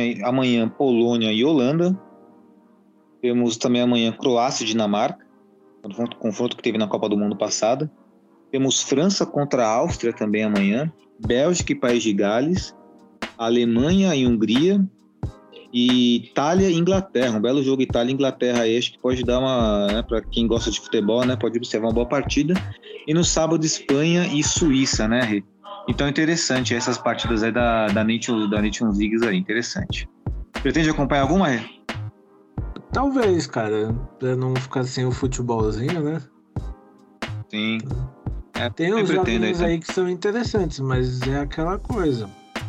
amanhã Polônia e Holanda. Temos também amanhã Croácia e Dinamarca. confronto que teve na Copa do Mundo passada. Temos França contra a Áustria também amanhã, Bélgica e País de Gales, Alemanha e Hungria, e Itália e Inglaterra. Um belo jogo Itália e Inglaterra aí, acho que pode dar uma, né, para quem gosta de futebol, né, pode observar uma boa partida. E no sábado, Espanha e Suíça, né, Rê? Então é interessante essas partidas aí da Nations League aí, interessante. Pretende acompanhar alguma, Rê? Talvez, cara, pra não ficar sem o futebolzinho, né? Sim. Tem uns joguinhos aí que são interessantes, mas é aquela coisa.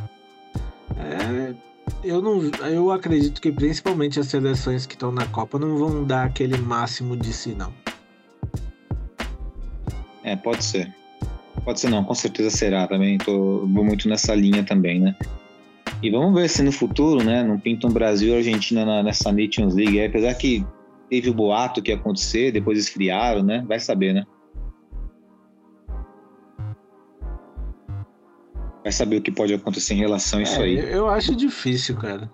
Eu acredito que principalmente as seleções que estão na Copa não vão dar aquele máximo de si, não. Pode ser. Pode ser não, com certeza será também. Vou muito nessa linha também, né? E vamos ver se no futuro, né, não pinta um Brasil e Argentina nessa Nations League. Apesar que teve o boato que ia acontecer, depois esfriaram, né? Vai saber, né? Vai saber o que pode acontecer em relação a isso aí. Eu acho difícil, cara.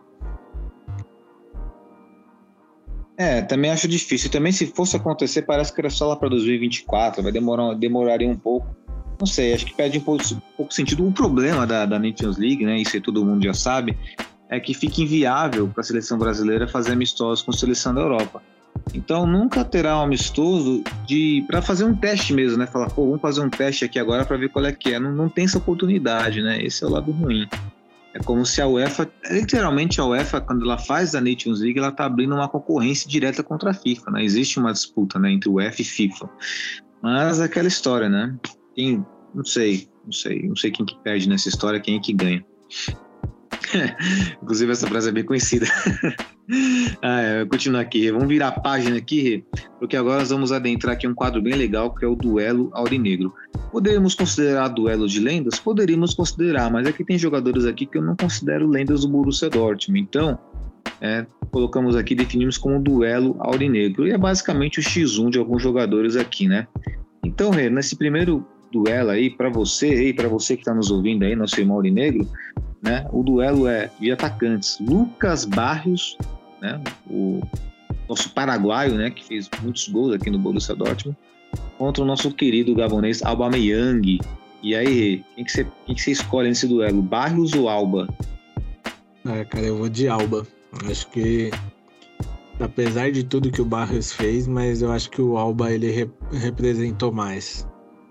Também acho difícil. Também se fosse acontecer, parece que era só lá para 2024. Demoraria um pouco. Não sei, acho que perde um pouco sentido. O problema da Nations League, né, isso aí todo mundo já sabe, é que fica inviável para a seleção brasileira fazer amistosos com a seleção da Europa. Então nunca terá um amistoso para fazer um teste mesmo, né? Falar, vamos fazer um teste aqui agora para ver qual é que é. Não tem essa oportunidade, né? Esse é o lado ruim. É como se a UEFA, literalmente a UEFA, quando ela faz a Nations League, ela está abrindo uma concorrência direta contra a FIFA, né? Existe uma disputa, né, entre UEFA e FIFA. Mas é aquela história, né? Não sei quem que perde nessa história, quem é que ganha. Inclusive essa frase é bem conhecida. Eu continuo aqui, vamos virar a página aqui, porque agora nós vamos adentrar aqui um quadro bem legal, que é o duelo aurinegro. Poderíamos considerar duelo de lendas? Poderíamos considerar, mas aqui tem jogadores aqui que eu não considero lendas do Borussia Dortmund. Então colocamos aqui, definimos como duelo aurinegro, e é basicamente o X1 de alguns jogadores aqui, né? Então, nesse primeiro duelo aí, para você que está nos ouvindo aí, nosso irmão aurinegro, né, o duelo é de atacantes Lucas Barrios, né, o nosso paraguaio, né, que fez muitos gols aqui no Borussia Dortmund, contra o nosso querido gabonês Aubameyang. E aí, quem que você escolhe nesse duelo, Barrios ou Alba? Cara, eu vou de Alba. Acho que, apesar de tudo que o Barrios fez, mas eu acho que o Alba ele representou mais.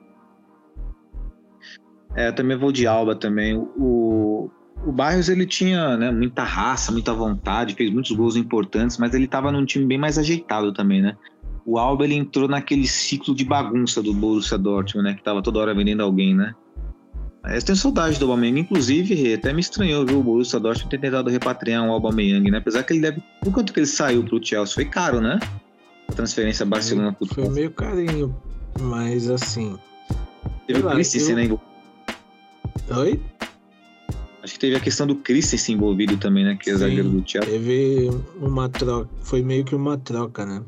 Eu também vou de Alba também. O Barrios, ele tinha, né, muita raça, muita vontade, fez muitos gols importantes, mas ele estava num time bem mais ajeitado também, né? O Alba, ele entrou naquele ciclo de bagunça do Borussia Dortmund, né? Que estava toda hora vendendo alguém, né? Eu tenho saudade do Aubameyang, inclusive, até me estranhou, viu, o Borussia Dortmund ter tentado repatriar um Aubameyang, né? Apesar que ele deve... Por quanto que ele saiu pro Chelsea? Foi caro, né? A transferência Barcelona pro Foi meio carinho, mas assim... Teve o Christensen, né? Oi? Acho que teve a questão do Christensen envolvido também, né? Que é zagueiro do Chelsea. Teve uma troca, foi meio que uma troca, né?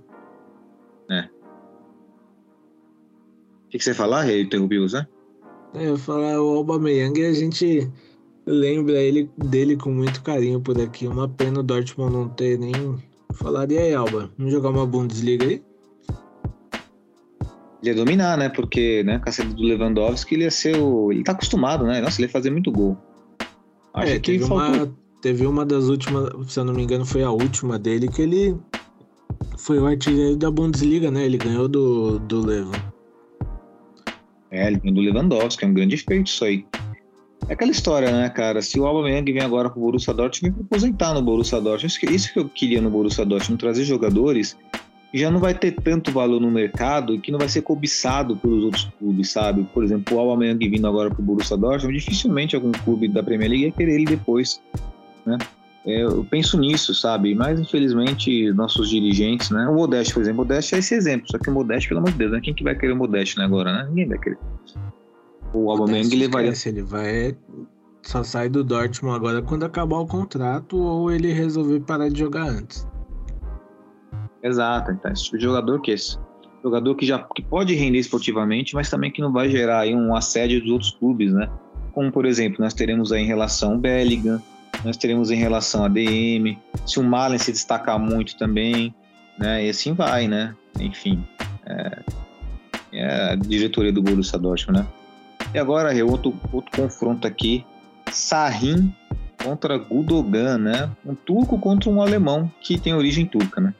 O que você ia falar, Rei? Interrompeu, né? Eu ia falar, o Aubameyang, a gente lembra dele com muito carinho por aqui. Uma pena o Dortmund não ter nem falado. E aí, Alba, vamos jogar uma Bundesliga aí? Ele ia dominar, né? Porque, né, com a saída do Lewandowski, ele ia ser o... Ele tá acostumado, né? Nossa, ele ia fazer muito gol. Acho que teve uma das últimas, se eu não me engano, foi a última dele, que ele foi o artilheiro da Bundesliga, né? Ele ganhou do Levan. Ele ganhou do Lewandowski, é um grande feito isso aí. É aquela história, né, cara? Se o Aubameyang vem agora pro Borussia Dortmund, vem pra aposentar no Borussia Dortmund. Isso que eu queria no Borussia Dortmund, trazer jogadores que já não vai ter tanto valor no mercado e que não vai ser cobiçado pelos outros clubes, sabe? Por exemplo, o Aubameyang vindo agora pro Borussia Dortmund, dificilmente algum clube da Premier League ia querer ele depois, né? Eu penso nisso, sabe? Mas, infelizmente, nossos dirigentes, né? O Modeste, por exemplo, o Modeste é esse exemplo. Só que o Modeste, pelo amor de Deus, né? Quem que vai querer o Modeste, né, agora, né? Ninguém vai querer. O Aubameyang levaria... Ele vai... Só sai do Dortmund agora quando acabar o contrato ou ele resolver parar de jogar antes. Exato. Então, esse tipo de jogador que é esse. Jogador que pode render esportivamente, mas também que não vai gerar aí um assédio dos outros clubes, né? Como, por exemplo, nós teremos aí em relação ao Bellingham, nós teremos em relação a DM, se o Malen se destacar muito também, né? E assim vai, né? Enfim, É a diretoria do Borussia Dortmund, né? E agora, outro confronto aqui, Sahin contra Gundogan, né? Um turco contra um alemão que tem origem turca, né?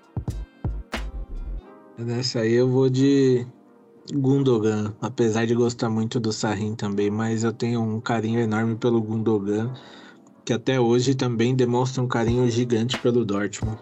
Nessa aí eu vou de Gundogan, apesar de gostar muito do Sahin também, mas eu tenho um carinho enorme pelo Gundogan, que até hoje também demonstra um carinho gigante pelo Dortmund.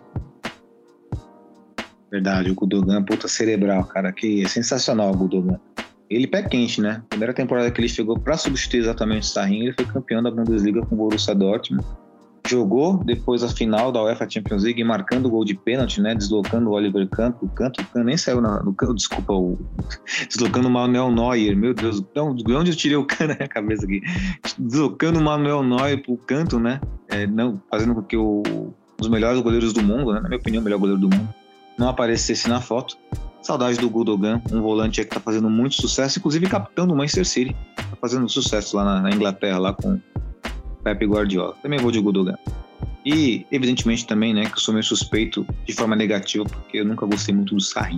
Verdade, o Gundogan, puta cerebral, cara, que é sensacional o Gundogan. Ele pé quente, né? Primeira temporada que ele chegou para substituir exatamente o Sahin, ele foi campeão da Bundesliga com o Borussia Dortmund. Jogou depois a final da UEFA Champions League, marcando o gol de pênalti, né? Deslocando o Oliver Kahn, o Kahn nem saiu no canto, desculpa, deslocando o Manuel Neuer, meu Deus, de onde eu tirei o Kahn na minha cabeça aqui? Deslocando o Manuel Neuer pro canto, né? Não, fazendo com que um dos melhores goleiros do mundo, né? Na minha opinião, o melhor goleiro do mundo, não aparecesse na foto. Saudade do Gundogan, um volante que tá fazendo muito sucesso, inclusive capitão do Manchester City, tá fazendo sucesso lá na Inglaterra, lá com Pep Guardiola. Também vou de Gundogan. E, evidentemente, também, né, que eu sou meio suspeito de forma negativa, porque eu nunca gostei muito do Sahin.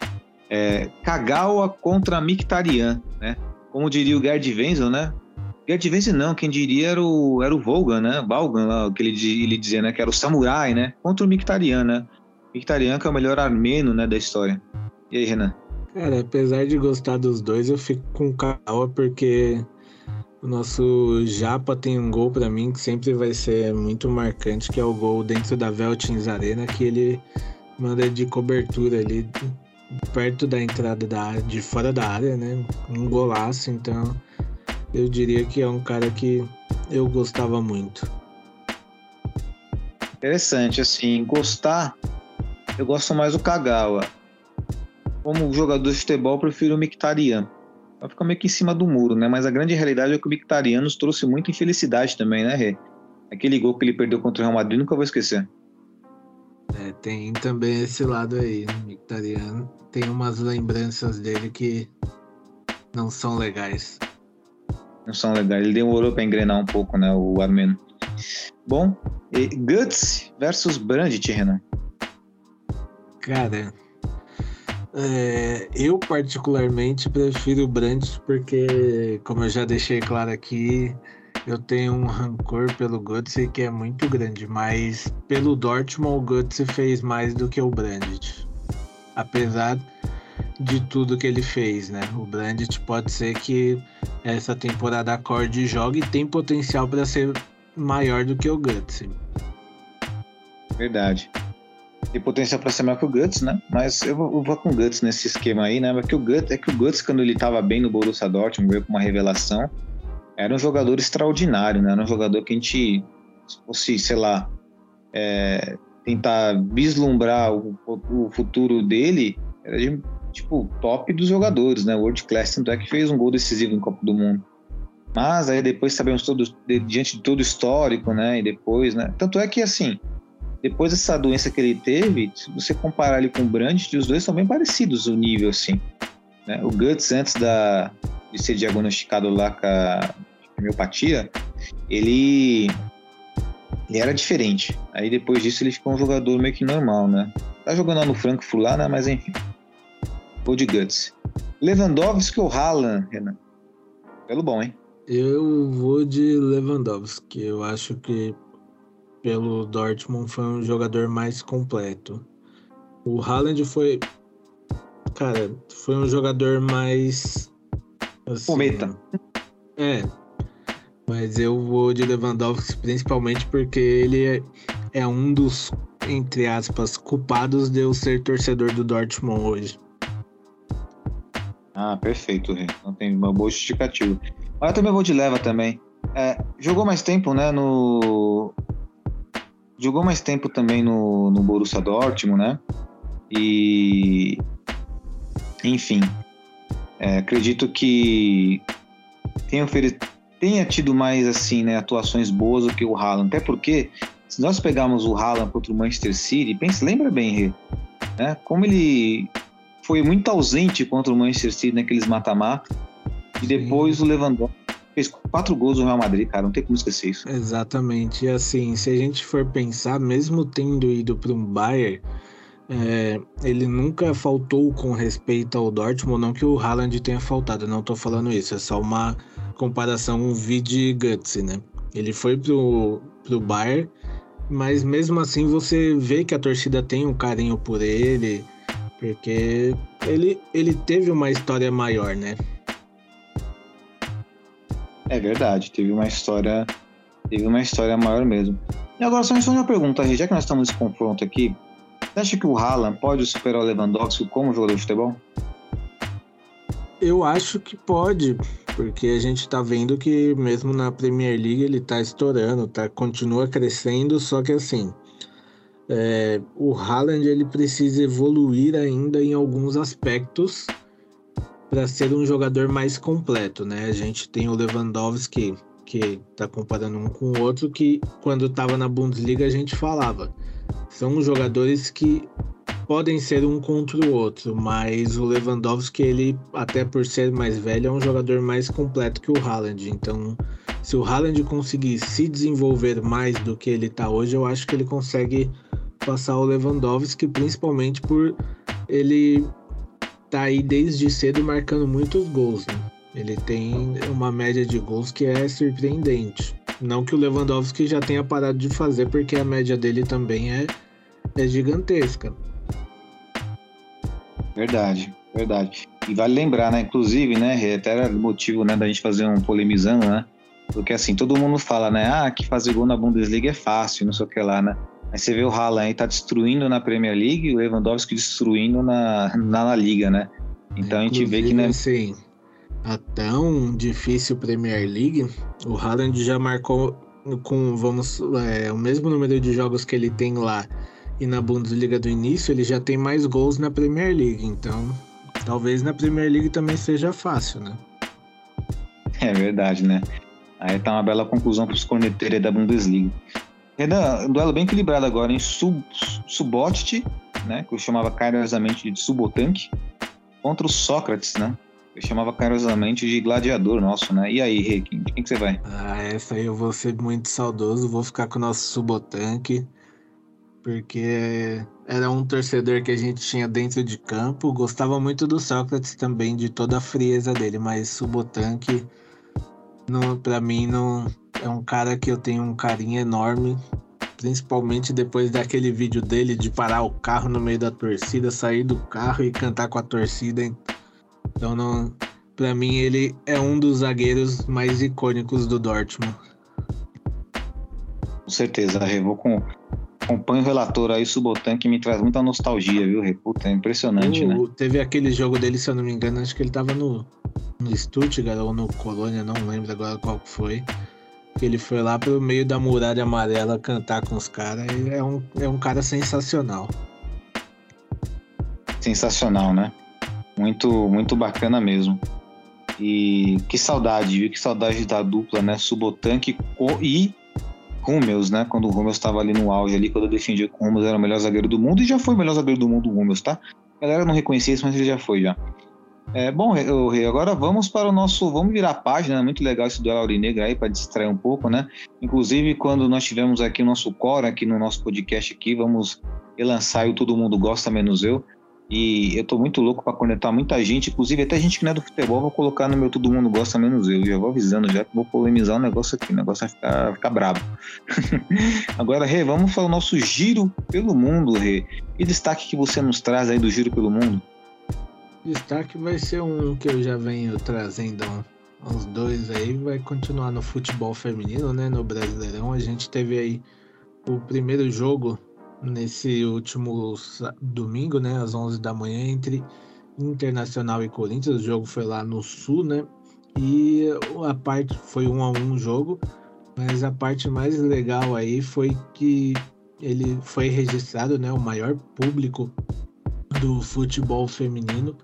Kagawa contra Mkhitaryan, né? Como diria o Gerd Wenzel, né? Gerd Wenzel não, quem diria era o Vaughan, né? Vaughan, lá, que ele dizia, né, que era o samurai, né? Contra o Mkhitaryan, né? Mkhitaryan que é o melhor armeno, né, da história. E aí, Renan? Cara, apesar de gostar dos dois, eu fico com o Kagawa porque o nosso Japa tem um gol pra mim que sempre vai ser muito marcante, que é o gol dentro da Veltins Arena, que ele manda de cobertura ali perto da entrada da área, de fora da área, né? Um golaço, então eu diria que é um cara que eu gostava muito. Interessante, assim, gostar, eu gosto mais do Kagawa. Como jogador de futebol, eu prefiro o Mkhitaryan. Vai ficar meio que em cima do muro, né? Mas a grande realidade é que o Mkhitaryan nos trouxe muita infelicidade também, né, Rê? Aquele gol que ele perdeu contra o Real Madrid, nunca vou esquecer. Tem também esse lado aí, o Mkhitaryan. Tem umas lembranças dele que não são legais. Não são legais. Ele demorou pra engrenar um pouco, né, o armeno. Bom, Guts versus Brandit, Renan. Cara, eu particularmente prefiro o Brandit porque, como eu já deixei claro aqui, eu tenho um rancor pelo Götze que é muito grande, mas pelo Dortmund o Götze fez mais do que o Brandit, apesar de tudo que ele fez, né? O Brandit pode ser que essa temporada acorde e jogue e tem potencial para ser maior do que o Götze. Verdade. Tem potencial para ser maior que o Guts, né? Mas eu vou com o Guts nesse esquema aí, né? Porque o Guts, quando ele estava bem no Borussia Dortmund, veio com uma revelação, era um jogador extraordinário, né? Era um jogador que a gente, se fosse, sei lá, tentar vislumbrar o futuro dele, era de, tipo, top dos jogadores, né? World Class, tanto é que fez um gol decisivo no Copa do Mundo. Mas aí depois sabemos diante de todo o histórico, né? E depois, né? Tanto é que, assim, depois dessa doença que ele teve, se você comparar ele com o Brandit, os dois são bem parecidos o nível, assim, né? O Guts, antes de ser diagnosticado lá com a homeopatia, ele era diferente. Aí depois disso ele ficou um jogador meio que normal, né? Tá jogando lá no Frankfurt lá, né? Mas enfim. Vou de Guts. Lewandowski ou Haaland, Renan? Pelo bom, hein? Eu vou de Lewandowski. Eu acho que pelo Dortmund foi um jogador mais completo. O Haaland foi um jogador mais assim, cometa. Mas eu vou de Lewandowski principalmente porque ele é um dos, entre aspas, culpados de eu ser torcedor do Dortmund hoje. Ah, perfeito, Rê. Não tem uma boa justificativa. Mas eu também vou de Leva também. Jogou mais tempo, né, Jogou mais tempo também no Borussia Dortmund, né? E... Enfim. Acredito que tenha tido mais, assim, né, atuações boas do que o Haaland. Até porque, se nós pegarmos o Haaland contra o Manchester City, lembra bem, Rê, né? Como ele foi muito ausente contra o Manchester City naqueles mata-mata. E depois o Lewandowski fez 4 gols no Real Madrid, cara, não tem como esquecer isso. Exatamente, e assim, se a gente for pensar, mesmo tendo ido para um Bayern, ele nunca faltou com respeito ao Dortmund, não que o Haaland tenha faltado, não tô falando isso, é só uma comparação, um vide Götze, né? Ele foi pro Bayern, mas mesmo assim você vê que a torcida tem um carinho por ele, porque ele teve uma história maior, né? É verdade, teve uma história maior mesmo. E agora só uma pergunta, já que nós estamos nesse confronto aqui, você acha que o Haaland pode superar o Lewandowski como jogador de futebol? Eu acho que pode, porque a gente tá vendo que mesmo na Premier League ele tá estourando, continua crescendo, só que assim, o Haaland ele precisa evoluir ainda em alguns aspectos para ser um jogador mais completo, né? A gente tem o Lewandowski, que tá comparando um com o outro, que quando tava na Bundesliga a gente falava, são jogadores que podem ser um contra o outro, mas o Lewandowski, ele, até por ser mais velho, é um jogador mais completo que o Haaland. Então, se o Haaland conseguir se desenvolver mais do que ele tá hoje, eu acho que ele consegue passar o Lewandowski, principalmente por ele tá aí desde cedo marcando muitos gols, né? Ele tem uma média de gols que é surpreendente. Não que o Lewandowski já tenha parado de fazer, porque a média dele também é gigantesca. Verdade. E vale lembrar, né? Inclusive, né? Até era motivo, né, da gente fazer um polemizando, né? Porque assim, todo mundo fala, né? Que fazer gol na Bundesliga é fácil, não sei o que lá, né? Aí você vê o Haaland aí tá destruindo na Premier League e o Lewandowski destruindo na Liga, né? Então a gente vê que, né? Assim, a tão difícil Premier League, o Haaland já marcou com, o mesmo número de jogos que ele tem lá e na Bundesliga do início, ele já tem mais gols na Premier League, então talvez na Premier League também seja fácil, né? É verdade, né? Aí tá uma bela conclusão para os corneteiros da Bundesliga. Um duelo bem equilibrado agora em Subotic, né? Que eu chamava carinhosamente de Subotank, contra o Sócrates, né? Eu chamava carinhosamente de gladiador nosso, né? E aí, Rei, de quem que você vai? Essa aí eu vou ser muito saudoso, vou ficar com o nosso Subotank, porque era um torcedor que a gente tinha dentro de campo, gostava muito do Sócrates também, de toda a frieza dele, mas Subotank, pra mim, não é um cara que eu tenho um carinho enorme, principalmente depois daquele vídeo dele de parar o carro no meio da torcida, sair do carro e cantar com a torcida. Então, pra mim, ele é um dos zagueiros mais icônicos do Dortmund. Com certeza, Rei, acompanho o relator aí, Subotan, que me traz muita nostalgia, viu, Rei? Puta, é impressionante, né? Teve aquele jogo dele, se eu não me engano, acho que ele tava no Stuttgart ou no Colônia, não lembro agora qual que foi. Que ele foi lá pelo meio da muralha amarela cantar com os caras. É um cara sensacional. Sensacional, né? Muito, muito bacana mesmo. E que saudade, viu? Que saudade da dupla, né? Subotank e Hummels, né? Quando o Hummels estava ali no auge, ali, quando eu defendia que o Hummels era o melhor zagueiro do mundo, e já foi o melhor zagueiro do mundo, o Hummels, tá? A galera não reconhecia isso, mas ele já foi, já. Bom, Rei, agora vamos para o nosso... Vamos virar a página, né? Muito legal esse duelo aurinegra aí, para distrair um pouco, né? Inclusive, quando nós tivemos aqui o nosso core, aqui no nosso podcast aqui, vamos relançar o Todo Mundo Gosta, Menos Eu. E eu tô muito louco para conectar muita gente, inclusive até gente que não é do futebol, vou colocar no meu Todo Mundo Gosta, Menos Eu. Já vou avisando, já que vou polemizar o negócio aqui, o negócio vai ficar brabo. Agora, Rei, vamos para o nosso giro pelo mundo, Rei. Que destaque que você nos traz aí do giro pelo mundo? Destaque vai ser um que eu já venho trazendo há uns 2 aí, vai continuar no futebol feminino, né? No Brasileirão. A gente teve aí o primeiro jogo nesse último domingo, né? Às 11 da manhã, entre Internacional e Corinthians. O jogo foi lá no Sul, né? E a parte foi 1-1 o jogo, mas a parte mais legal aí foi que ele foi registrado, né? O maior público do futebol feminino.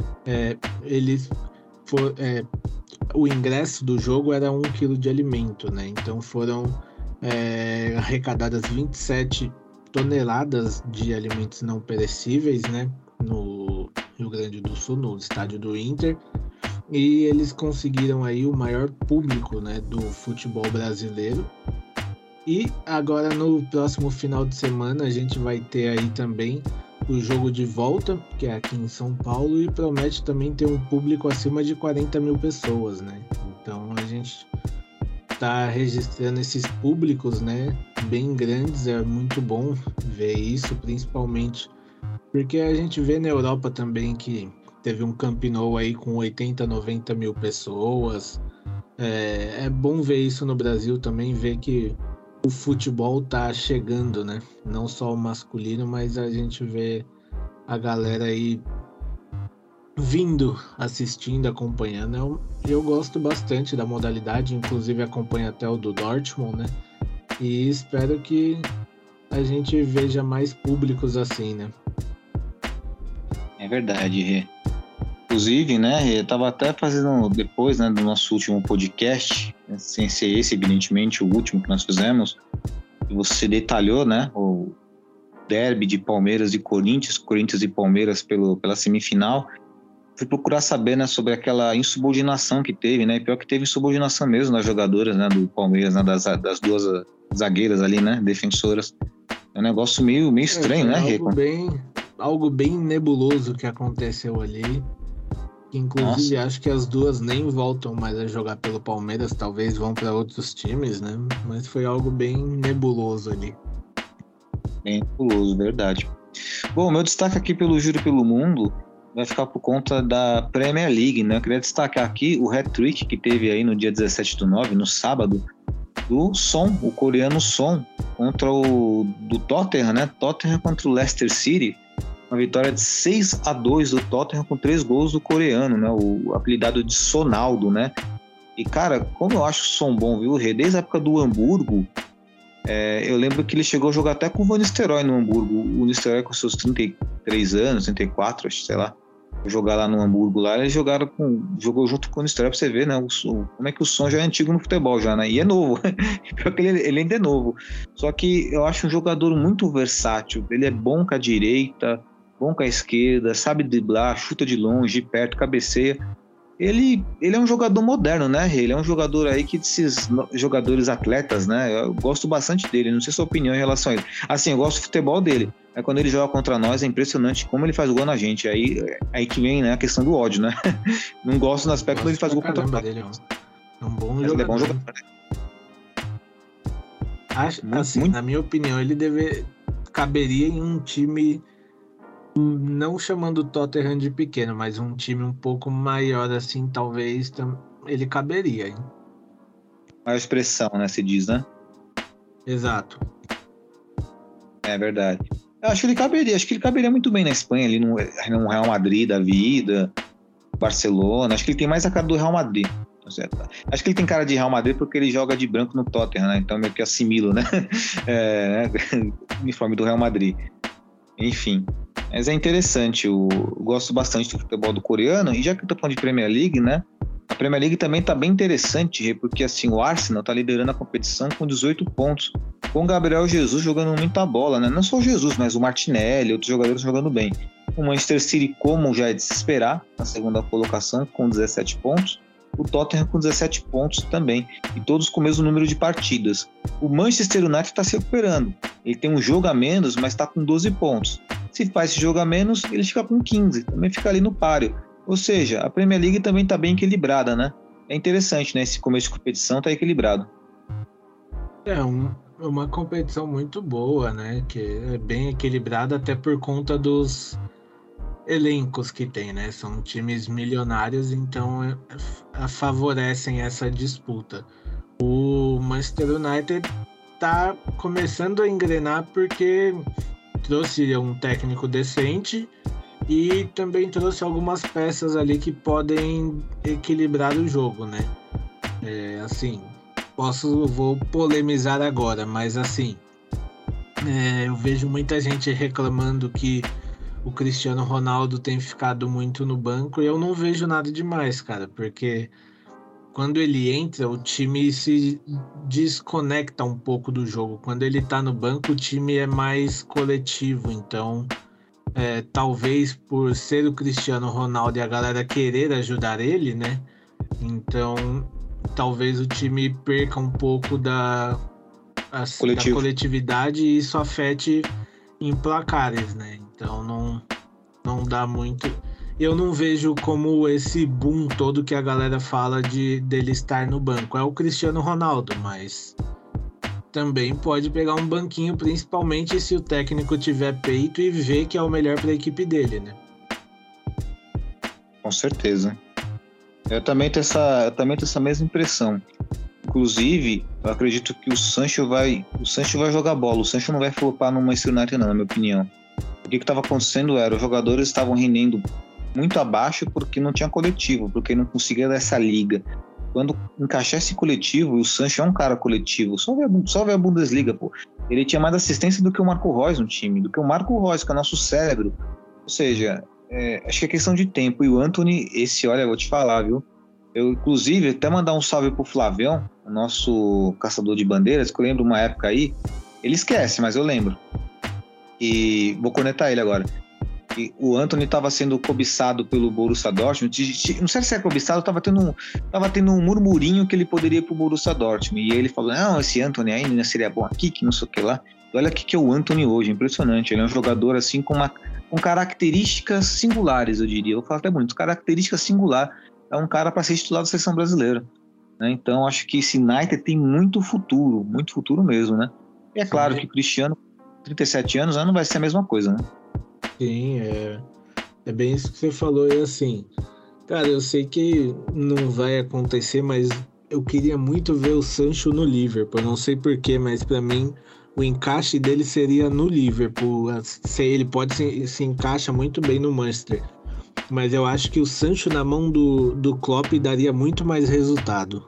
O ingresso do jogo era 1 quilo de alimento, né? Então foram arrecadadas 27 toneladas de alimentos não perecíveis, né? No Rio Grande do Sul, no estádio do Inter. E eles conseguiram aí o maior público, né, do futebol brasileiro. E agora no próximo final de semana a gente vai ter aí também o jogo de volta, que é aqui em São Paulo, e promete também ter um público acima de 40 mil pessoas, né? Então a gente tá registrando esses públicos, né, bem grandes. É muito bom ver isso, principalmente porque a gente vê na Europa também que teve um Camp Nou aí com 80, 90 mil pessoas. É bom ver isso no Brasil também, ver que o futebol tá chegando, né? Não só o masculino, mas a gente vê a galera aí vindo, assistindo, acompanhando. Eu gosto bastante da modalidade, inclusive acompanho até o do Dortmund, né? E espero que a gente veja mais públicos assim, né? É verdade, Rê. Inclusive, né, eu tava até fazendo depois, né, do nosso último podcast, né, sem ser esse, evidentemente, o último que nós fizemos, você detalhou, né, o derby de Palmeiras e Corinthians e Palmeiras pela semifinal. Fui procurar saber, né, sobre aquela insubordinação que teve, né, pior que teve insubordinação mesmo das jogadoras, né, do Palmeiras, né, das duas zagueiras ali, né, defensoras. É um negócio meio estranho, né, Rê? Algo bem nebuloso que aconteceu ali. Inclusive, acho que as duas nem voltam mais a jogar pelo Palmeiras, talvez vão para outros times, né? Mas foi algo bem nebuloso ali. Bem nebuloso, verdade. Bom, meu destaque aqui pelo Júri pelo Mundo vai ficar por conta da Premier League, né? Eu queria destacar aqui o hat-trick que teve aí no dia 17/9, no sábado, do Son, o coreano Son, contra o do Tottenham, né? Tottenham contra o Leicester City. Uma vitória de 6-2 do Tottenham com 3 gols do coreano, né? O apelidado de Sonaldo, né? E, cara, como eu acho o Son bom, viu, Rê? Desde a época do Hamburgo, eu lembro que ele chegou a jogar até com o Van Nistelrooy no Hamburgo. O Van Nistelrooy com seus 33 anos, 34, acho, sei lá. Jogar lá no Hamburgo, lá, eles jogou junto com o Nistelrooy, pra você ver, né? Como é que o Son já é antigo no futebol, já, né? E é novo. Pior que ele ainda é novo. Só que eu acho um jogador muito versátil. Ele é bom com a direita, bom com a esquerda, sabe driblar, chuta de longe, de perto, cabeceia. Ele é um jogador moderno, né? Ele é um jogador aí que desses jogadores atletas, né? Eu gosto bastante dele, não sei sua opinião em relação a ele. Assim, eu gosto do futebol dele. Quando ele joga contra nós, é impressionante como ele faz gol na gente. Aí que vem, né, a questão do ódio, né? Não gosto do aspecto quando ele faz gol contra nós. É um bom jogador. Ele é bom jogador. Assim, na minha opinião, ele caberia em um time, não chamando o Tottenham de pequeno, mas um time um pouco maior assim, talvez ele caberia, hein? Maior expressão, né, se diz, né? Exato. É verdade. Eu acho que ele caberia muito bem na Espanha, ali no Real Madrid da vida, Barcelona. Acho que ele tem mais a cara do Real Madrid. Acho que ele tem cara de Real Madrid porque ele joga de branco no Tottenham, né? Então meio que assimilo, né? Uniforme do Real Madrid. Enfim. Mas é interessante. Eu gosto bastante do futebol do coreano. E já que eu tô falando de Premier League, né? A Premier League também tá bem interessante, porque assim, o Arsenal tá liderando a competição com 18 pontos. Com o Gabriel Jesus jogando muita bola, né? Não só o Jesus, mas o Martinelli, outros jogadores jogando bem. O Manchester City, como já é de se esperar, na segunda colocação, com 17 pontos. O Tottenham com 17 pontos também. E todos com o mesmo número de partidas. O Manchester United está se recuperando. Ele tem um jogo a menos, mas está com 12 pontos. Se faz esse jogo a menos, ele fica com 15. Também fica ali no páreo. Ou seja, a Premier League também está bem equilibrada, né? É interessante, né? Esse começo de competição está equilibrado. Uma competição muito boa, né? Que é bem equilibrada até por conta dos elencos que tem, né? São times milionários, então favorecem essa disputa. O Manchester United tá começando a engrenar porque trouxe um técnico decente e também trouxe algumas peças ali que podem equilibrar o jogo, né? Assim, vou polemizar agora, mas assim, eu vejo muita gente reclamando que o Cristiano Ronaldo tem ficado muito no banco e eu não vejo nada demais, cara, porque quando ele entra, o time se desconecta um pouco do jogo. Quando ele tá no banco, o time é mais coletivo, então talvez por ser o Cristiano Ronaldo e a galera querer ajudar ele, né? Então talvez o time perca um pouco da coletividade e isso afete em placares, né? Então não dá muito. Eu não vejo como esse boom todo que a galera fala dele estar no banco. É o Cristiano Ronaldo, mas também pode pegar um banquinho, principalmente se o técnico tiver peito e ver que é o melhor para a equipe dele, né? Com certeza. Eu também tenho essa mesma impressão. Inclusive, eu acredito que o Sancho vai jogar bola. O Sancho não vai flopar no Manchester United, não, na minha opinião. O que estava acontecendo era, os jogadores estavam rendendo muito abaixo porque não tinha coletivo, porque não conseguia dar essa liga. Quando encaixar esse coletivo, e o Sancho é um cara coletivo, só vê a Bundesliga, pô. Ele tinha mais assistência do que o Marco Reus no time, do que o Marco Reus, que é o nosso cérebro. Ou seja, acho que é questão de tempo. E o Antony, olha, eu vou te falar, viu? Eu, inclusive, até mandar um salve pro Flavião, o nosso caçador de bandeiras, que eu lembro uma época aí, ele esquece, mas eu lembro. E vou conectar ele agora. E o Antony estava sendo cobiçado pelo Borussia Dortmund. Não sei se é cobiçado, tava tendo um murmurinho que ele poderia ir pro Borussia Dortmund. E ele falou, não, esse Antony ainda seria bom aqui, que não sei o que lá. E olha o que é o Antony hoje, impressionante. Ele é um jogador assim com características singulares, eu diria. Vou falar até bonito, características singulares. É um cara para ser titular da seleção brasileira, né? Então acho que esse United tem muito futuro mesmo, né? E é claro que o Cristiano, 37 anos, não vai ser a mesma coisa, né? Sim, é bem isso que você falou. E assim, cara, eu sei que não vai acontecer, mas eu queria muito ver o Sancho no Liverpool. Não sei porquê, mas para mim o encaixe dele seria no Liverpool. Ele pode se encaixa muito bem no Manchester. Mas eu acho que o Sancho na mão do Klopp daria muito mais resultado.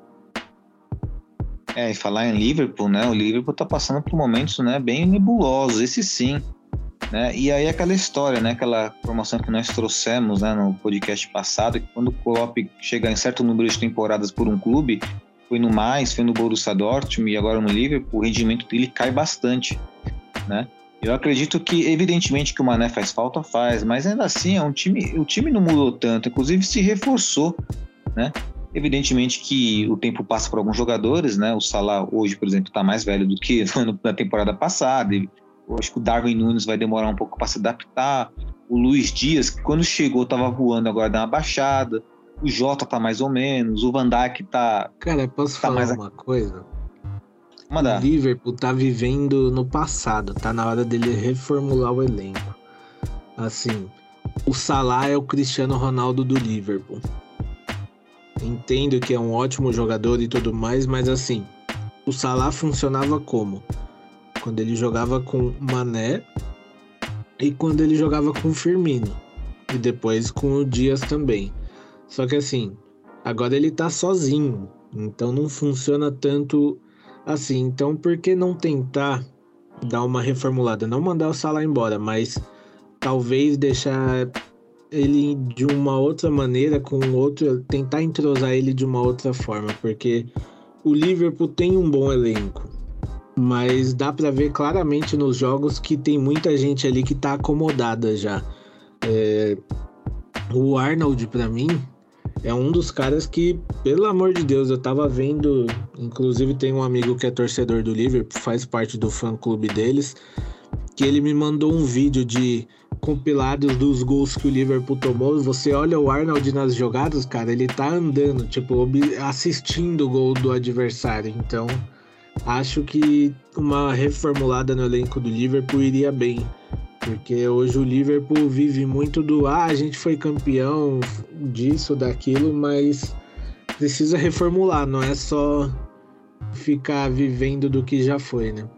E falar em Liverpool, né? O Liverpool tá passando por momentos, né, bem nebulosos, esse sim, né? E aí aquela história, né? Aquela informação que nós trouxemos, né, no podcast passado, que quando o Klopp chega em certo número de temporadas por um clube, foi no Borussia Dortmund e agora no Liverpool, o rendimento dele cai bastante, né? Eu acredito que, evidentemente, que o Mané faz falta, mas ainda assim o time não mudou tanto, inclusive se reforçou, né? Evidentemente que o tempo passa para alguns jogadores, né? O Salah hoje, por exemplo, está mais velho do que na temporada passada. Eu acho que o Darwin Núñez vai demorar um pouco para se adaptar. O Luiz Dias, que quando chegou estava voando, agora dá uma baixada. O Jota tá mais ou menos. O Van Dijk tá... Cara, posso falar uma coisa? Manda. O Liverpool tá vivendo no passado, tá na hora dele reformular o elenco. Assim, o Salah é o Cristiano Ronaldo do Liverpool. Entendo que é um ótimo jogador e tudo mais, mas assim, o Salah funcionava como? Quando ele jogava com Mané e quando ele jogava com Firmino. E depois com o Dias também. Só que assim, agora ele tá sozinho, então não funciona tanto assim. Então por que não tentar dar uma reformulada? Não mandar o Salah embora, mas talvez deixar ele de uma outra maneira, tentar entrosar ele de uma outra forma, porque o Liverpool tem um bom elenco, mas dá pra ver claramente nos jogos que tem muita gente ali que tá acomodada já. O Arnold, pra mim, é um dos caras que, pelo amor de Deus, eu tava vendo, inclusive tem um amigo que é torcedor do Liverpool, faz parte do fã-clube deles, que ele me mandou um vídeo de compilados dos gols que o Liverpool tomou. Você olha o Arnold nas jogadas, cara, ele tá andando, tipo, assistindo o gol do adversário. Então, acho que uma reformulada no elenco do Liverpool iria bem. Porque hoje o Liverpool vive muito a gente foi campeão disso, daquilo, mas precisa reformular, não é só ficar vivendo do que já foi, né?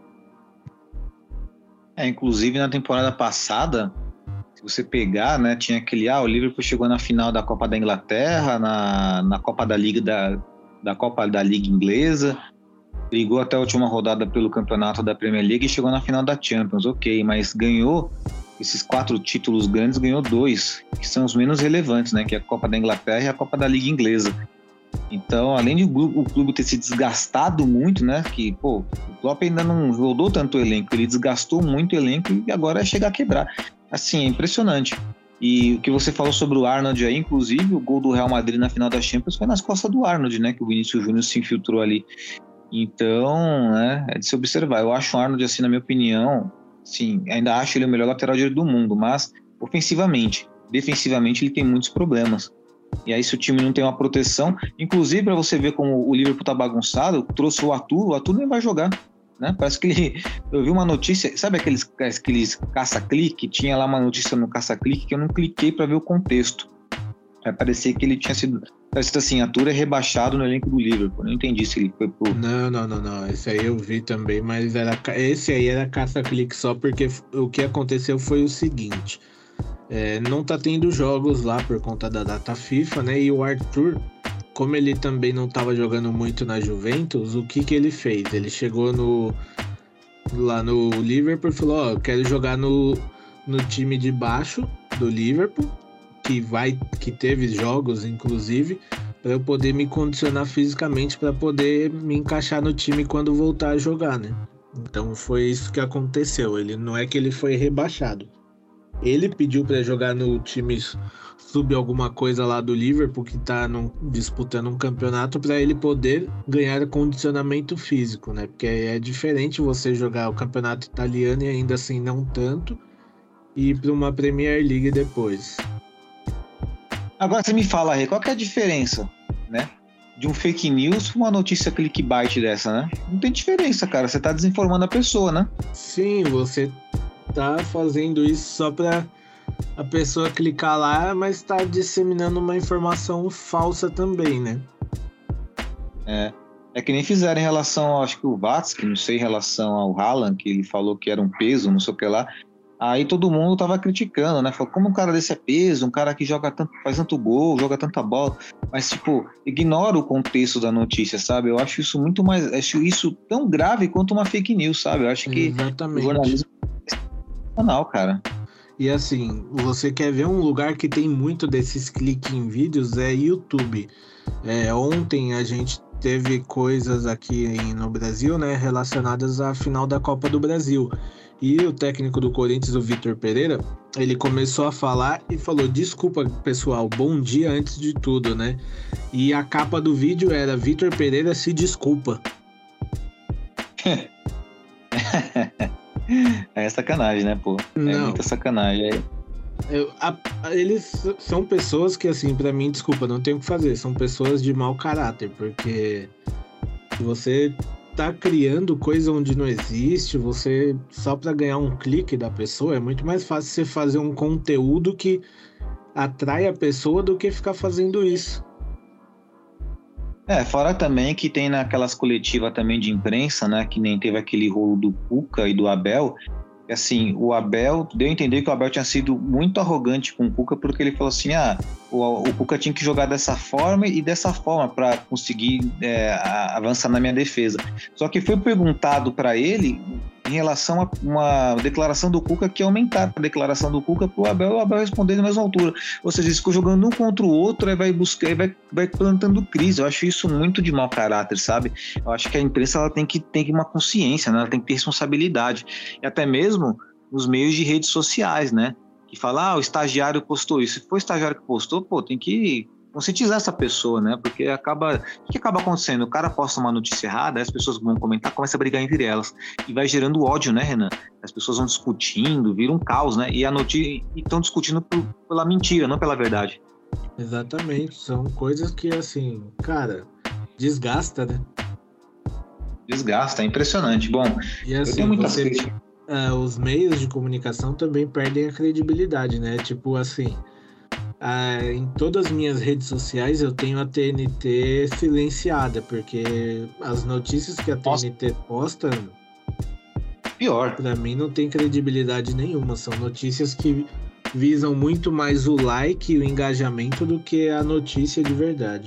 Inclusive na temporada passada, se você pegar, né, tinha aquele, o Liverpool chegou na final da Copa da Inglaterra, na Copa da Liga da Copa da Liga Inglesa, brigou até a última rodada pelo campeonato da Premier League e chegou na final da Champions, ok, mas ganhou esses 4 títulos grandes, ganhou 2, que são os menos relevantes, né, que é a Copa da Inglaterra e a Copa da Liga Inglesa. Então, além de o clube ter se desgastado muito, né, que, o Klopp ainda não rodou tanto o elenco, ele desgastou muito o elenco e agora é chegar a quebrar. Assim, é impressionante. E o que você falou sobre o Arnold aí, inclusive, o gol do Real Madrid na final da Champions foi nas costas do Arnold, né, que o Vinícius Júnior se infiltrou ali. Então, né, é de se observar. Eu acho o Arnold, assim, na minha opinião, sim, ainda acho ele o melhor lateral direito do mundo, mas ofensivamente, defensivamente ele tem muitos problemas. E aí se o time não tem uma proteção, inclusive para você ver como o Liverpool tá bagunçado, trouxe o Arthur nem vai jogar, né? Parece que eu vi uma notícia, sabe aqueles caça-clique? Tinha lá uma notícia no caça-clique que eu não cliquei para ver o contexto. Vai parecer que ele tinha sido, parece assim, Arthur é rebaixado no elenco do Liverpool. Não entendi se ele foi pro... Não. Esse aí eu vi também, mas esse aí era caça-clique só porque o que aconteceu foi o seguinte. Não tá tendo jogos lá por conta da data FIFA, né? E o Arthur, como ele também não tava jogando muito na Juventus, o que ele fez? Ele chegou lá no Liverpool e falou, eu quero jogar no time de baixo do Liverpool, que teve jogos, inclusive, para eu poder me condicionar fisicamente para poder me encaixar no time quando voltar a jogar, né? Então foi isso que aconteceu. Ele não é que ele foi rebaixado. Ele pediu para jogar no time sub alguma coisa lá do Liverpool, que tá disputando um campeonato, para ele poder ganhar condicionamento físico, né? Porque é diferente você jogar o campeonato italiano e ainda assim não tanto, e ir para uma Premier League depois. Agora você me fala, Rê, qual que é a diferença, né? De um fake news para uma notícia clickbait dessa, né? Não tem diferença, cara. Você tá desinformando a pessoa, né? Sim, você tá fazendo isso só para a pessoa clicar lá, mas tá disseminando uma informação falsa também, né? É que nem fizeram em relação, acho que o Vatsky, não sei, em relação ao Haaland, que ele falou que era um peso, não sei o que lá. Aí todo mundo tava criticando, né? Falou, como um cara desse é peso, um cara que joga tanto, faz tanto gol, joga tanta bola, mas, tipo, ignora o contexto da notícia, sabe? Eu acho isso acho isso tão grave quanto uma fake news, sabe? Eu acho que exatamente. O jornalismo é sensacional, cara. E assim, você quer ver um lugar que tem muito desses cliques em vídeos, é YouTube. Ontem a gente teve coisas aqui no Brasil, né, relacionadas à final da Copa do Brasil. E o técnico do Corinthians, o Vitor Pereira, ele começou a falar e falou, desculpa pessoal, bom dia antes de tudo, né? E a capa do vídeo era Vitor Pereira se desculpa. É sacanagem, né, pô? Não. Muita sacanagem. Eles são pessoas que, assim, pra mim, desculpa, não tem o que fazer. São pessoas de mau caráter, porque você tá criando coisa onde não existe, você só pra ganhar um clique da pessoa, é muito mais fácil você fazer um conteúdo que atrai a pessoa do que ficar fazendo isso. Fora também que tem naquelas coletivas também de imprensa, né, que nem teve aquele rolo do Cuca e do Abel, que assim, o Abel, deu a entender que o Abel tinha sido muito arrogante com o Cuca, porque ele falou assim, o Cuca tinha que jogar dessa forma e dessa forma para conseguir avançar na minha defesa. Só que foi perguntado para ele em relação a uma declaração do Cuca que aumentaram a declaração do Cuca para o Abel responder na mesma altura. Ou seja, eles ficam jogando um contra o outro, aí vai plantando crise. Eu acho isso muito de mau caráter, sabe? Eu acho que a imprensa ela tem que ter uma consciência, né? Ela tem que ter responsabilidade. E até mesmo nos meios de redes sociais, né? Que fala, o estagiário postou isso. Se for o estagiário que postou, tem que conscientizar essa pessoa, né? Porque o que acaba acontecendo? O cara posta uma notícia errada, as pessoas vão comentar, começa a brigar entre elas. E vai gerando ódio, né, Renan? As pessoas vão discutindo, vira um caos, né? E estão discutindo pela mentira, não pela verdade. Exatamente. São coisas que, assim, cara, desgasta, né? Desgasta, é impressionante. Bom, e assim, eu tenho muitas críticas. Os meios de comunicação também perdem a credibilidade, né? Tipo assim, em todas as minhas redes sociais eu tenho a TNT silenciada, porque as notícias que a TNT posta, pior, pra mim não tem credibilidade nenhuma. São notícias que visam muito mais o like e o engajamento do que a notícia de verdade.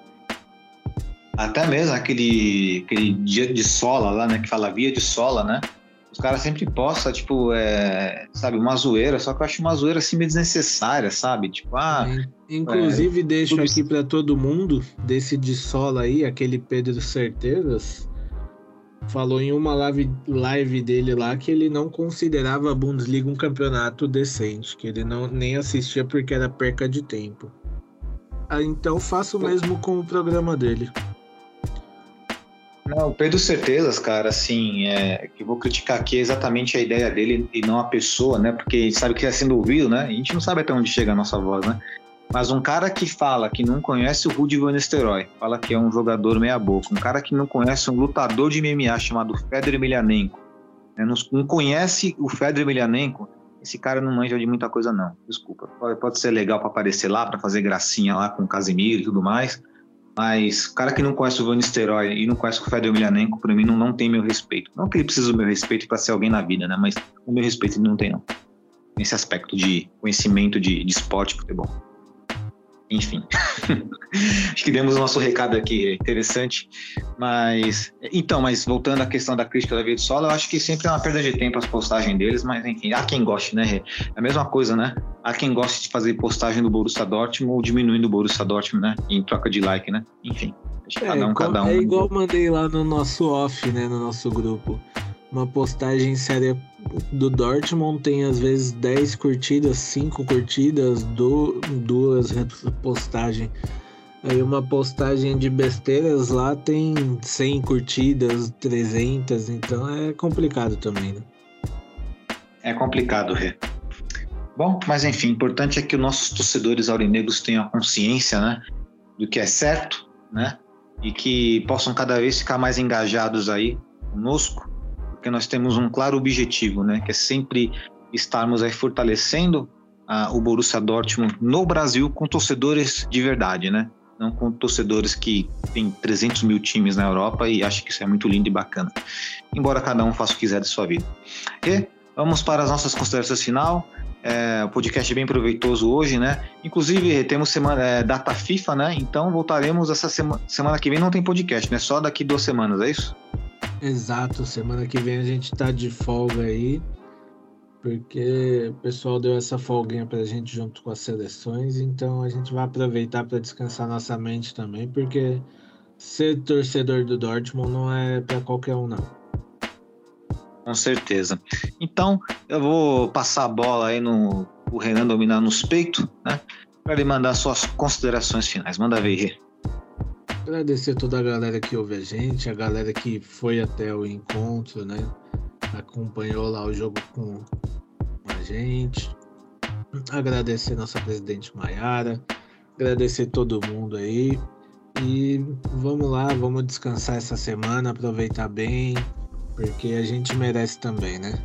Até mesmo aquele dia de sola lá, né? Que fala via de sola, né? Os caras sempre postam, tipo, sabe, uma zoeira, só que eu acho uma zoeira assim meio desnecessária, sabe? Tipo, inclusive, deixo aqui pra todo mundo, desse de sola aí, aquele Pedro Certezas, falou em uma live dele lá que ele não considerava a Bundesliga um campeonato decente, que ele nem assistia porque era perca de tempo. Então faço o mesmo com o programa dele. Não, o Pedro Certezas, cara, assim, que eu vou criticar aqui exatamente a ideia dele e não a pessoa, né? Porque a gente sabe que está sendo ouvido, né? A gente não sabe até onde chega a nossa voz, né? Mas um cara que fala que não conhece o Rudy Van Nistelrooy, fala que é um jogador meia-boca, um cara que não conhece um lutador de MMA chamado Fedor Emelianenko, né? Não conhece o Fedor Emelianenko, esse cara não manja de muita coisa, não. Desculpa. Pode ser legal para aparecer lá, para fazer gracinha lá com o Casimiro e tudo mais, mas o cara que não conhece o Van Nistelrooy e não conhece o Fedor Emelianenko, para mim, não tem meu respeito. Não que ele precise do meu respeito para ser alguém na vida, né? Mas o meu respeito ele não tem, não. Nesse aspecto de conhecimento de esporte e futebol. Enfim, acho que demos o nosso recado aqui, interessante, mas voltando à questão da crítica da Via de Solo, eu acho que sempre é uma perda de tempo as postagens deles, mas enfim, há quem goste, né? É a mesma coisa, né? Há quem goste de fazer postagem do Borussia Dortmund ou diminuindo o Borussia Dortmund, né? Em troca de like, né? Enfim, acho que cada um. É igual eu mandei lá no nosso off, né? No nosso grupo. Uma postagem séria do Dortmund tem às vezes 10 curtidas, 5 curtidas, 2 repostagens. Aí uma postagem de besteiras lá tem 100 curtidas, 300, então é complicado também, né? É complicado, Rê. Bom, mas enfim, o importante é que os nossos torcedores aurinegros tenham a consciência, né, do que é certo, né, e que possam cada vez ficar mais engajados aí conosco, porque nós temos um claro objetivo, né, que é sempre estarmos aí fortalecendo o Borussia Dortmund no Brasil com torcedores de verdade, né, não com torcedores que tem 300 mil times na Europa e acham que isso é muito lindo e bacana, embora cada um faça o que quiser de sua vida. E vamos para as nossas considerações final. O podcast é bem proveitoso hoje, né? Inclusive, temos data FIFA, né? Então, voltaremos essa semana que vem. Não tem podcast, né? Só daqui 2 semanas, é isso? Exato. Semana que vem a gente tá de folga aí, porque o pessoal deu essa folguinha pra gente junto com as seleções. Então, a gente vai aproveitar para descansar nossa mente também, porque ser torcedor do Dortmund não é para qualquer um, não. Com certeza. Então, eu vou passar a bola aí o Renan dominar nos peitos, né? Para ele mandar suas considerações finais. Manda ver, Rê. Agradecer toda a galera que ouve a gente, a galera que foi até o encontro, né? Acompanhou lá o jogo com a gente. Agradecer nossa presidente Maiara. Agradecer todo mundo aí. E vamos lá, vamos descansar essa semana, aproveitar bem, porque a gente merece também, né?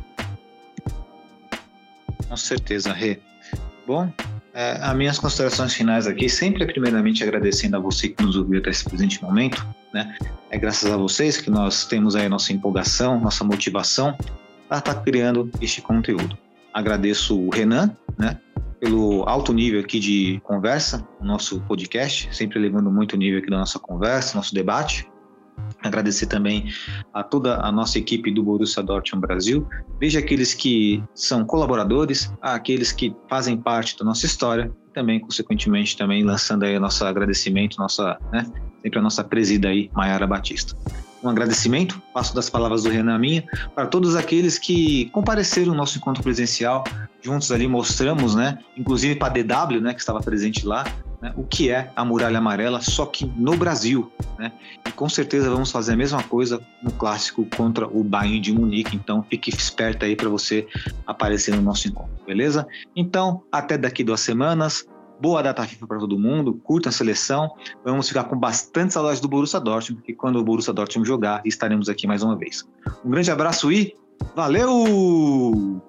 Com certeza, Rê. Bom, as minhas considerações finais aqui, sempre primeiramente agradecendo a você que nos ouviu até esse presente momento, né? É graças a vocês que nós temos aí a nossa empolgação, nossa motivação para estar criando este conteúdo. Agradeço o Renan, né? Pelo alto nível aqui de conversa, no nosso podcast, sempre elevando muito o nível aqui da nossa conversa, nosso debate. Agradecer também a toda a nossa equipe do Borussia Dortmund Brasil, desde aqueles que são colaboradores, aqueles que fazem parte da nossa história, e também, consequentemente, também lançando aí nosso agradecimento, sempre a nossa presida aí, Maiara Batista. Um agradecimento, passo das palavras do Renan a minha, para todos aqueles que compareceram no nosso encontro presencial, juntos ali mostramos, né, inclusive para a DW, né, que estava presente lá, né, o que é a Muralha Amarela, só que no Brasil, né? E com certeza vamos fazer a mesma coisa no clássico contra o Bayern de Munique, então fique esperto aí para você aparecer no nosso encontro, beleza? Então, até daqui 2 semanas, boa data FIFA para todo mundo, curta a seleção, vamos ficar com bastante saudade do Borussia Dortmund, e quando o Borussia Dortmund jogar, estaremos aqui mais uma vez. Um grande abraço e valeu!